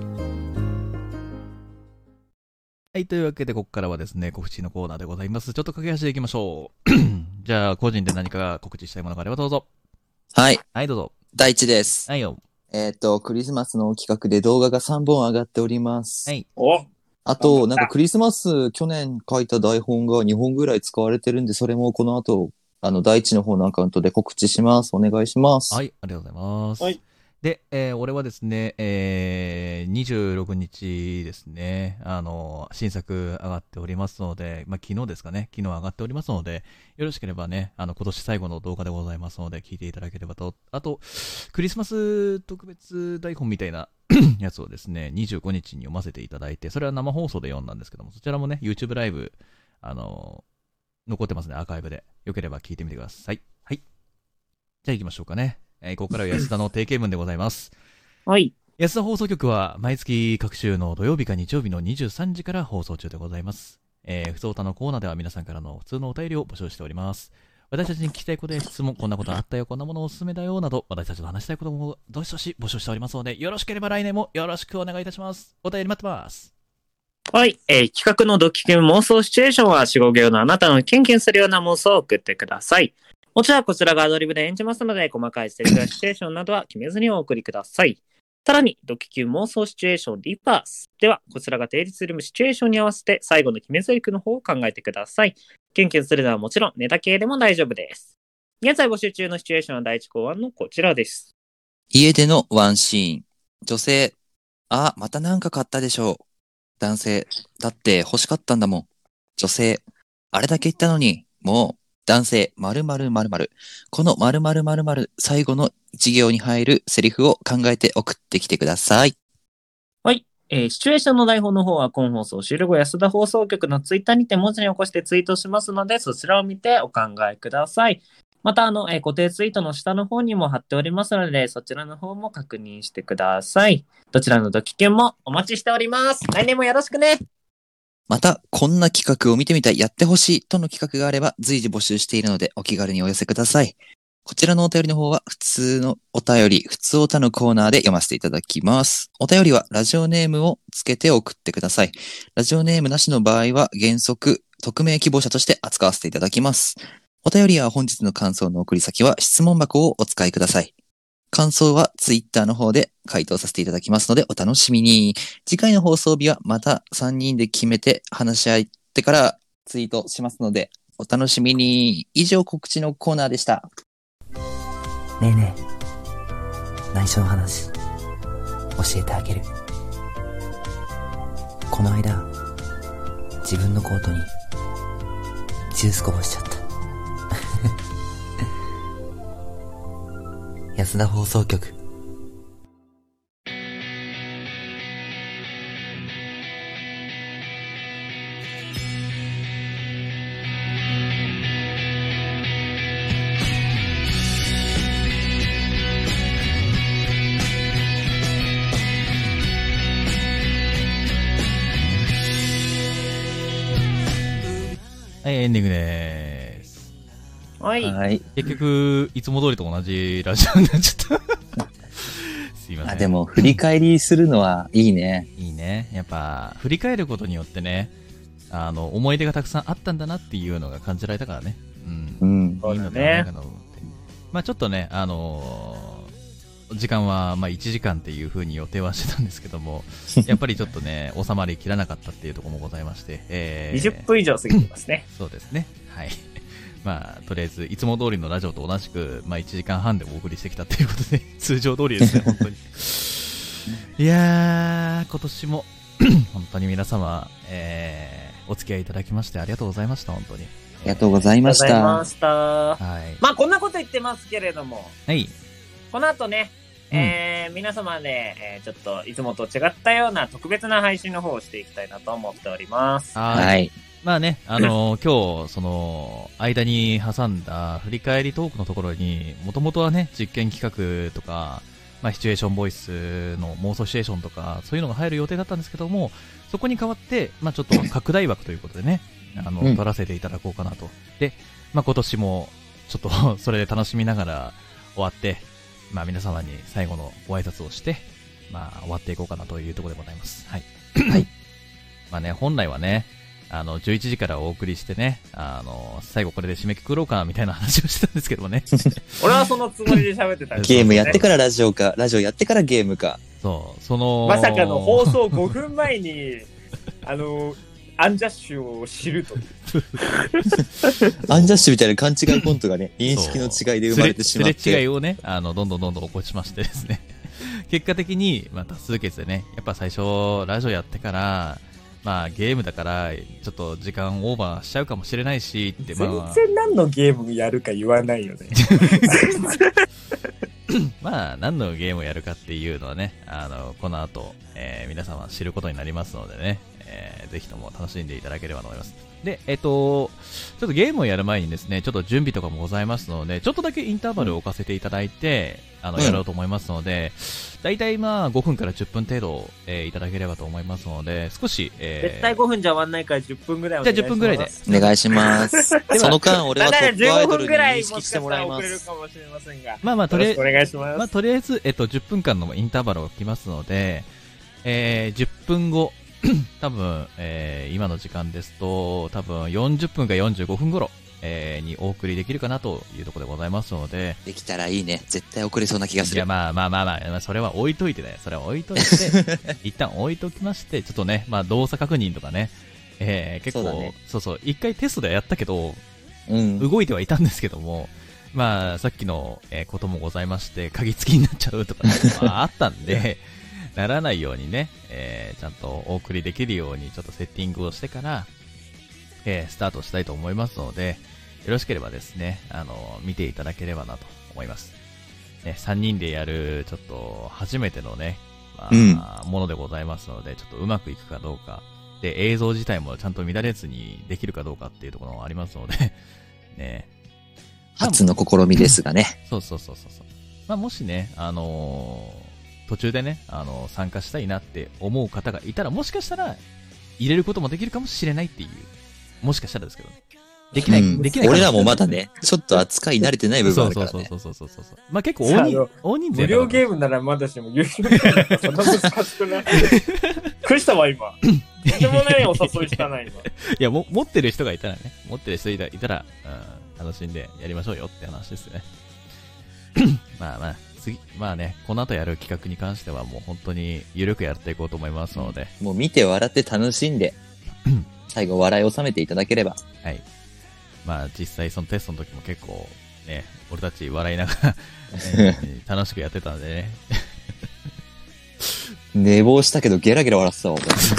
はい、というわけで、ここからはですね、告知のコーナーでございます。ちょっと駆け足でいきましょう。じゃあ、個人で何か告知したいものがあればどうぞ。 はい。 はい、どうぞ。 第一です。 はいよ。 えっと、クリスマスの企画で動画がさんぼん上がっております。 はい。 おあと、なんかクリスマス、去年書いた台本がにほんぐらい使われてるんで、それもこの後、あの、第一の方のアカウントで告知します。お願いします。 はい、ありがとうございます。 はい。 で、えー、俺はですね、えー、にじゅうろくにちですね、あの、新作上がっておりますので、まあ、昨日ですかね、昨日上がっておりますので、よろしければね、あの、今年最後の動画でございますので、聞いていただければと、あと、クリスマス特別台本みたいなやつをですね、にじゅうごにちに読ませていただいて、それは生放送で読んだんですけども、そちらもね、YouTube ライブ、あの、残ってますね、アーカイブで。よければ聞いてみてください。はい。じゃあ行きましょうかね。えー、ここからは安田の定型文でございます。 はい。 安田放送局は毎月各週の土曜日か日曜日のにじゅうさんじから放送中でございます。えー、ふつおたのコーナーでは皆さんからの普通のお便りを募集しております。私たちに聞きたいことや質問、こんなことあったよ、こんなものおすすめだよ、など、私たちと話したいこともどしどし募集しておりますので、よろしければ来年もよろしくお願いいたします。お便り待ってます。 はい。えー、企画のドキキュン妄想シチュエーションは、よん、ご行のあなたのキュンキュンするような妄想を送ってください。もちろんこちらがアドリブで演じますので、細かいセリフやシチュエーションなどは決めずにお送りください。さらに、ドキキュン妄想シチュエーションリバースでは、こちらが定立するシチュエーションに合わせて、最後の決め台詞の方を考えてください。キュンキュンするのはもちろん、ネタ系でも大丈夫です。現在募集中のシチュエーションは第一考案のこちらです。 家でのワンシーン。女性、あ、またなんか買ったでしょう。男性、だって欲しかったんだもん。女性、あれだけ言ったのに、もう、男性、〇〇〇〇。この〇〇〇〇最後の一行に入るセリフを考えて送ってきてください。 はい。えー、シチュエーションの台本の方は今放送終了後、安田放送局のツイッターにて文字に起こしてツイートしますので、そちらを見てお考えください。また、あの、えー、固定ツイートの下の方にも貼っておりますので、そちらの方も確認してください。どちらのドキキュンもお待ちしております。来年もよろしくね。 また、こんな企画を見てみたい、やってほしいとの企画があれば随時募集しているのでお気軽にお寄せください。こちらのお便りの方は普通のお便り、普通おたのコーナーで読ませていただきます。お便りはラジオネームをつけて送ってください。ラジオネームなしの場合は原則、匿名希望者として扱わせていただきます。お便りや本日の感想の送り先は質問箱をお使いください。感想はツイッターの方で回答させていただきますのでお楽しみに。次回の放送日はまたさんにんで決めて話し合ってからツイートしますのでお楽しみに。以上告知のコーナーでした。 ねえねえ、内緒の話教えてあげる。この間自分のコートにジュースこぼしちゃった。安田放送局。 はい、エンディングでーす。 はい。 はい。 結局、いつも通りと同じラジオになっちゃった。すいません。 あ、でも、振り返りするのはいいね。 いいね。やっぱ、振り返ることによってね、あの、思い出がたくさんあったんだなっていうのが感じられたからね。うん。 うん。 いいのではないかなと思って。まあちょっとね、あのー、時間はまあいちじかんっていう風に予定はしてたんですけども、やっぱりちょっとね、収まりきらなかったっていうところもございまして、えー、 にじゅっぷん以上過ぎてますね。 そうですね。はい。 まあ、とりあえず、いつも通りのラジオと同じく、まあ、いちじかんはんでお送りしてきたということで、通常通りですね、本当に。いやー、今年も、本当に皆様、えー、お付き合いいただきましてありがとうございました、本当に。 ありがとうございましありがとうございた。 ました。 はい。 まあ、こんなこと言ってますけれども、 はい。 この後ね、 うんえー、皆様で、えー、ちょっといつもと違ったような特別な配信の方をしていきたいなと思っております。 はい。 はい。 まあね、あのー今日、その、間に挟んだ振り返りトークのところに、もともとはね、実験企画とか、まあ、シチュエーションボイスの妄想シチュエーションとか、そういうのが入る予定だったんですけども、そこに代わって、まあ、ちょっと拡大枠ということでね、あの、 うん取らせていただこうかなと。で、まあ、今年も、ちょっと、それで楽しみながら終わって、まあ、皆様に最後のご挨拶をして、まあ、終わっていこうかなというところでございます。はい。 はい。 まあね、本来はね、あの、じゅういちじからお送りしてね、あの、最後これで締めくくろうかみたいな話をしてたんですけどもね。 俺はそのつもりで喋ってたんですゲームやってからラジオか、ラジオやってからゲームか。 そう、その、 まさかの放送ごふんまえに、あの、アンジャッシュを知るという。 アンジャッシュみたいな勘違いコントがね、認識の違いで生まれてしまっすれすれ違いて。 をね、あの、どんどんどんどん起こしましてですね。結果的に、まあ、多数決でね、やっぱ最初、ラジオやってから、まあ、ゲームだから、ちょっと時間オーバーしちゃうかもしれないし、って、まあ、 全然何のゲームやるか言わないよね。 まあ、何のゲームをやるかっていうのはね、あの、この後、えー皆様知ることになりますのでね、えーぜひとも楽しんでいただければと思います。で、えっと、ちょっとゲームをやる前にですね、ちょっと準備とかもございますので、ちょっとだけインターバルを置かせていただいて、あの、 うんやろうと思いますので、だいたいまあ、ごふんからじゅっぷん程度、えーいただければと思いますので、少し、えー絶対ごふんじゃ終わんないからじゅっぷんぐらいおじゃあ願いします。 じゅっぷんぐらいで。 お願いします。その間、俺はトだから15 ップアイドルに分ぐらい認識しもしかしてたもらいまら遅れるす。 かもしれませんが。 まあまあ、とりあえずよろしくお、願いします。 まあ、とりあえず、えっと、じゅっぷんかんのインターバルを置きますので、えー、じゅっぷんご、多分、えー、今の時間ですと、多分よんじゅっぷんかよんじゅうごふん頃、えー、にお送りできるかなというところでございますので、 できたらいいね。絶対遅れそうな気がすいや、 る。 まあまあまあまあ、まあ、それは置いといてだよ。それは置いといて、一旦置いときまして、ちょっとね、まあ動作確認とかね、えー、結構、 そうだねそうそう、一回テストでやったけど、 うん。 動いてはいたんですけども、まあ、さっきの、えーこともございまして、鍵付きになっちゃうとか、ね、まあ、あったんで、ならないようにね、えーちゃんとお送りできるように、ちょっとセッティングをしてから、えースタートしたいと思いますので、よろしければですね、あの、見ていただければなと思います。ね、さんにんでやる、ちょっと、初めてのね、まあ、ものでございますので、ちょっとうまくいくかどうか、で、映像自体もちゃんと乱れずにできるかどうかっていうところもありますので、ね、 初の試みですがね。 そうそうそうそうそう。まあ、もしね、あのー途中でね、あのー参加したいなって思う方がいたら、もしかしたら、入れることもできるかもしれないっていう。もしかしたらですけどね。できない、 うんできないかもしれない。 俺らもまだね、ちょっと扱い慣れてない部分あるからね。 そうそうそうそうそうそう。まあ、結構大人さあ大人数無やから料ゲームならまだしも、有料ゲームならそんな難しくない。びっくりしたわ、今。とんでもないお誘いしたな、今。 いや、も、持ってる人がいたらね、持ってる人いたいたら、うん、楽しんでやりましょうよって話ですよね。まあまあ、次、まあね、この後やる企画に関してはもう本当に緩くやっていこうと思いますので、 もう見て笑って楽しんで、最後笑い収めていただければ。 はい。まあ実際そのテストの時も結構ね、俺たち笑いながら、ね楽しくやってたんでね。 寝坊したけどゲラゲラ笑ってたわ、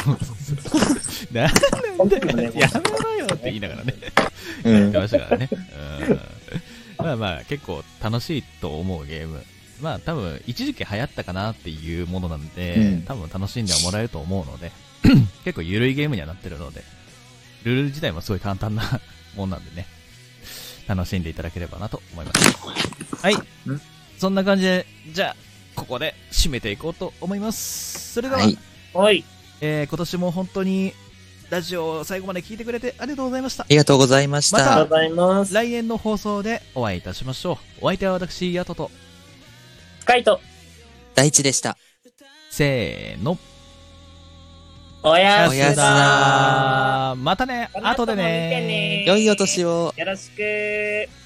なんだよ、やめろよって言いながらね、 俺。うんやって。ましたからね。うんまあまあ結構楽しいと思うゲーム。まあ多分一時期流行ったかなっていうものなんで、 うん多分楽しんではもらえると思うので、結構緩いゲームにはなってるので、ルール自体もすごい簡単なもんなんでね、楽しんでいただければなと思います。はい。そんな感じで、じゃあ、ここで締めていこうと思います。それでは、 はい。 はい。 えー今年も本当にラジオを最後まで聞いてくれてありがとうございましたあ。りがとうございましまたありがとうた。 ございます。 来年の放送でお会いいたしましょう。お相手は私、ヤトと、 カイト、 大地でした。 せーの。 おやすみおやすみだーまたねこの後も見て後でねね良いお年を。 よろしく。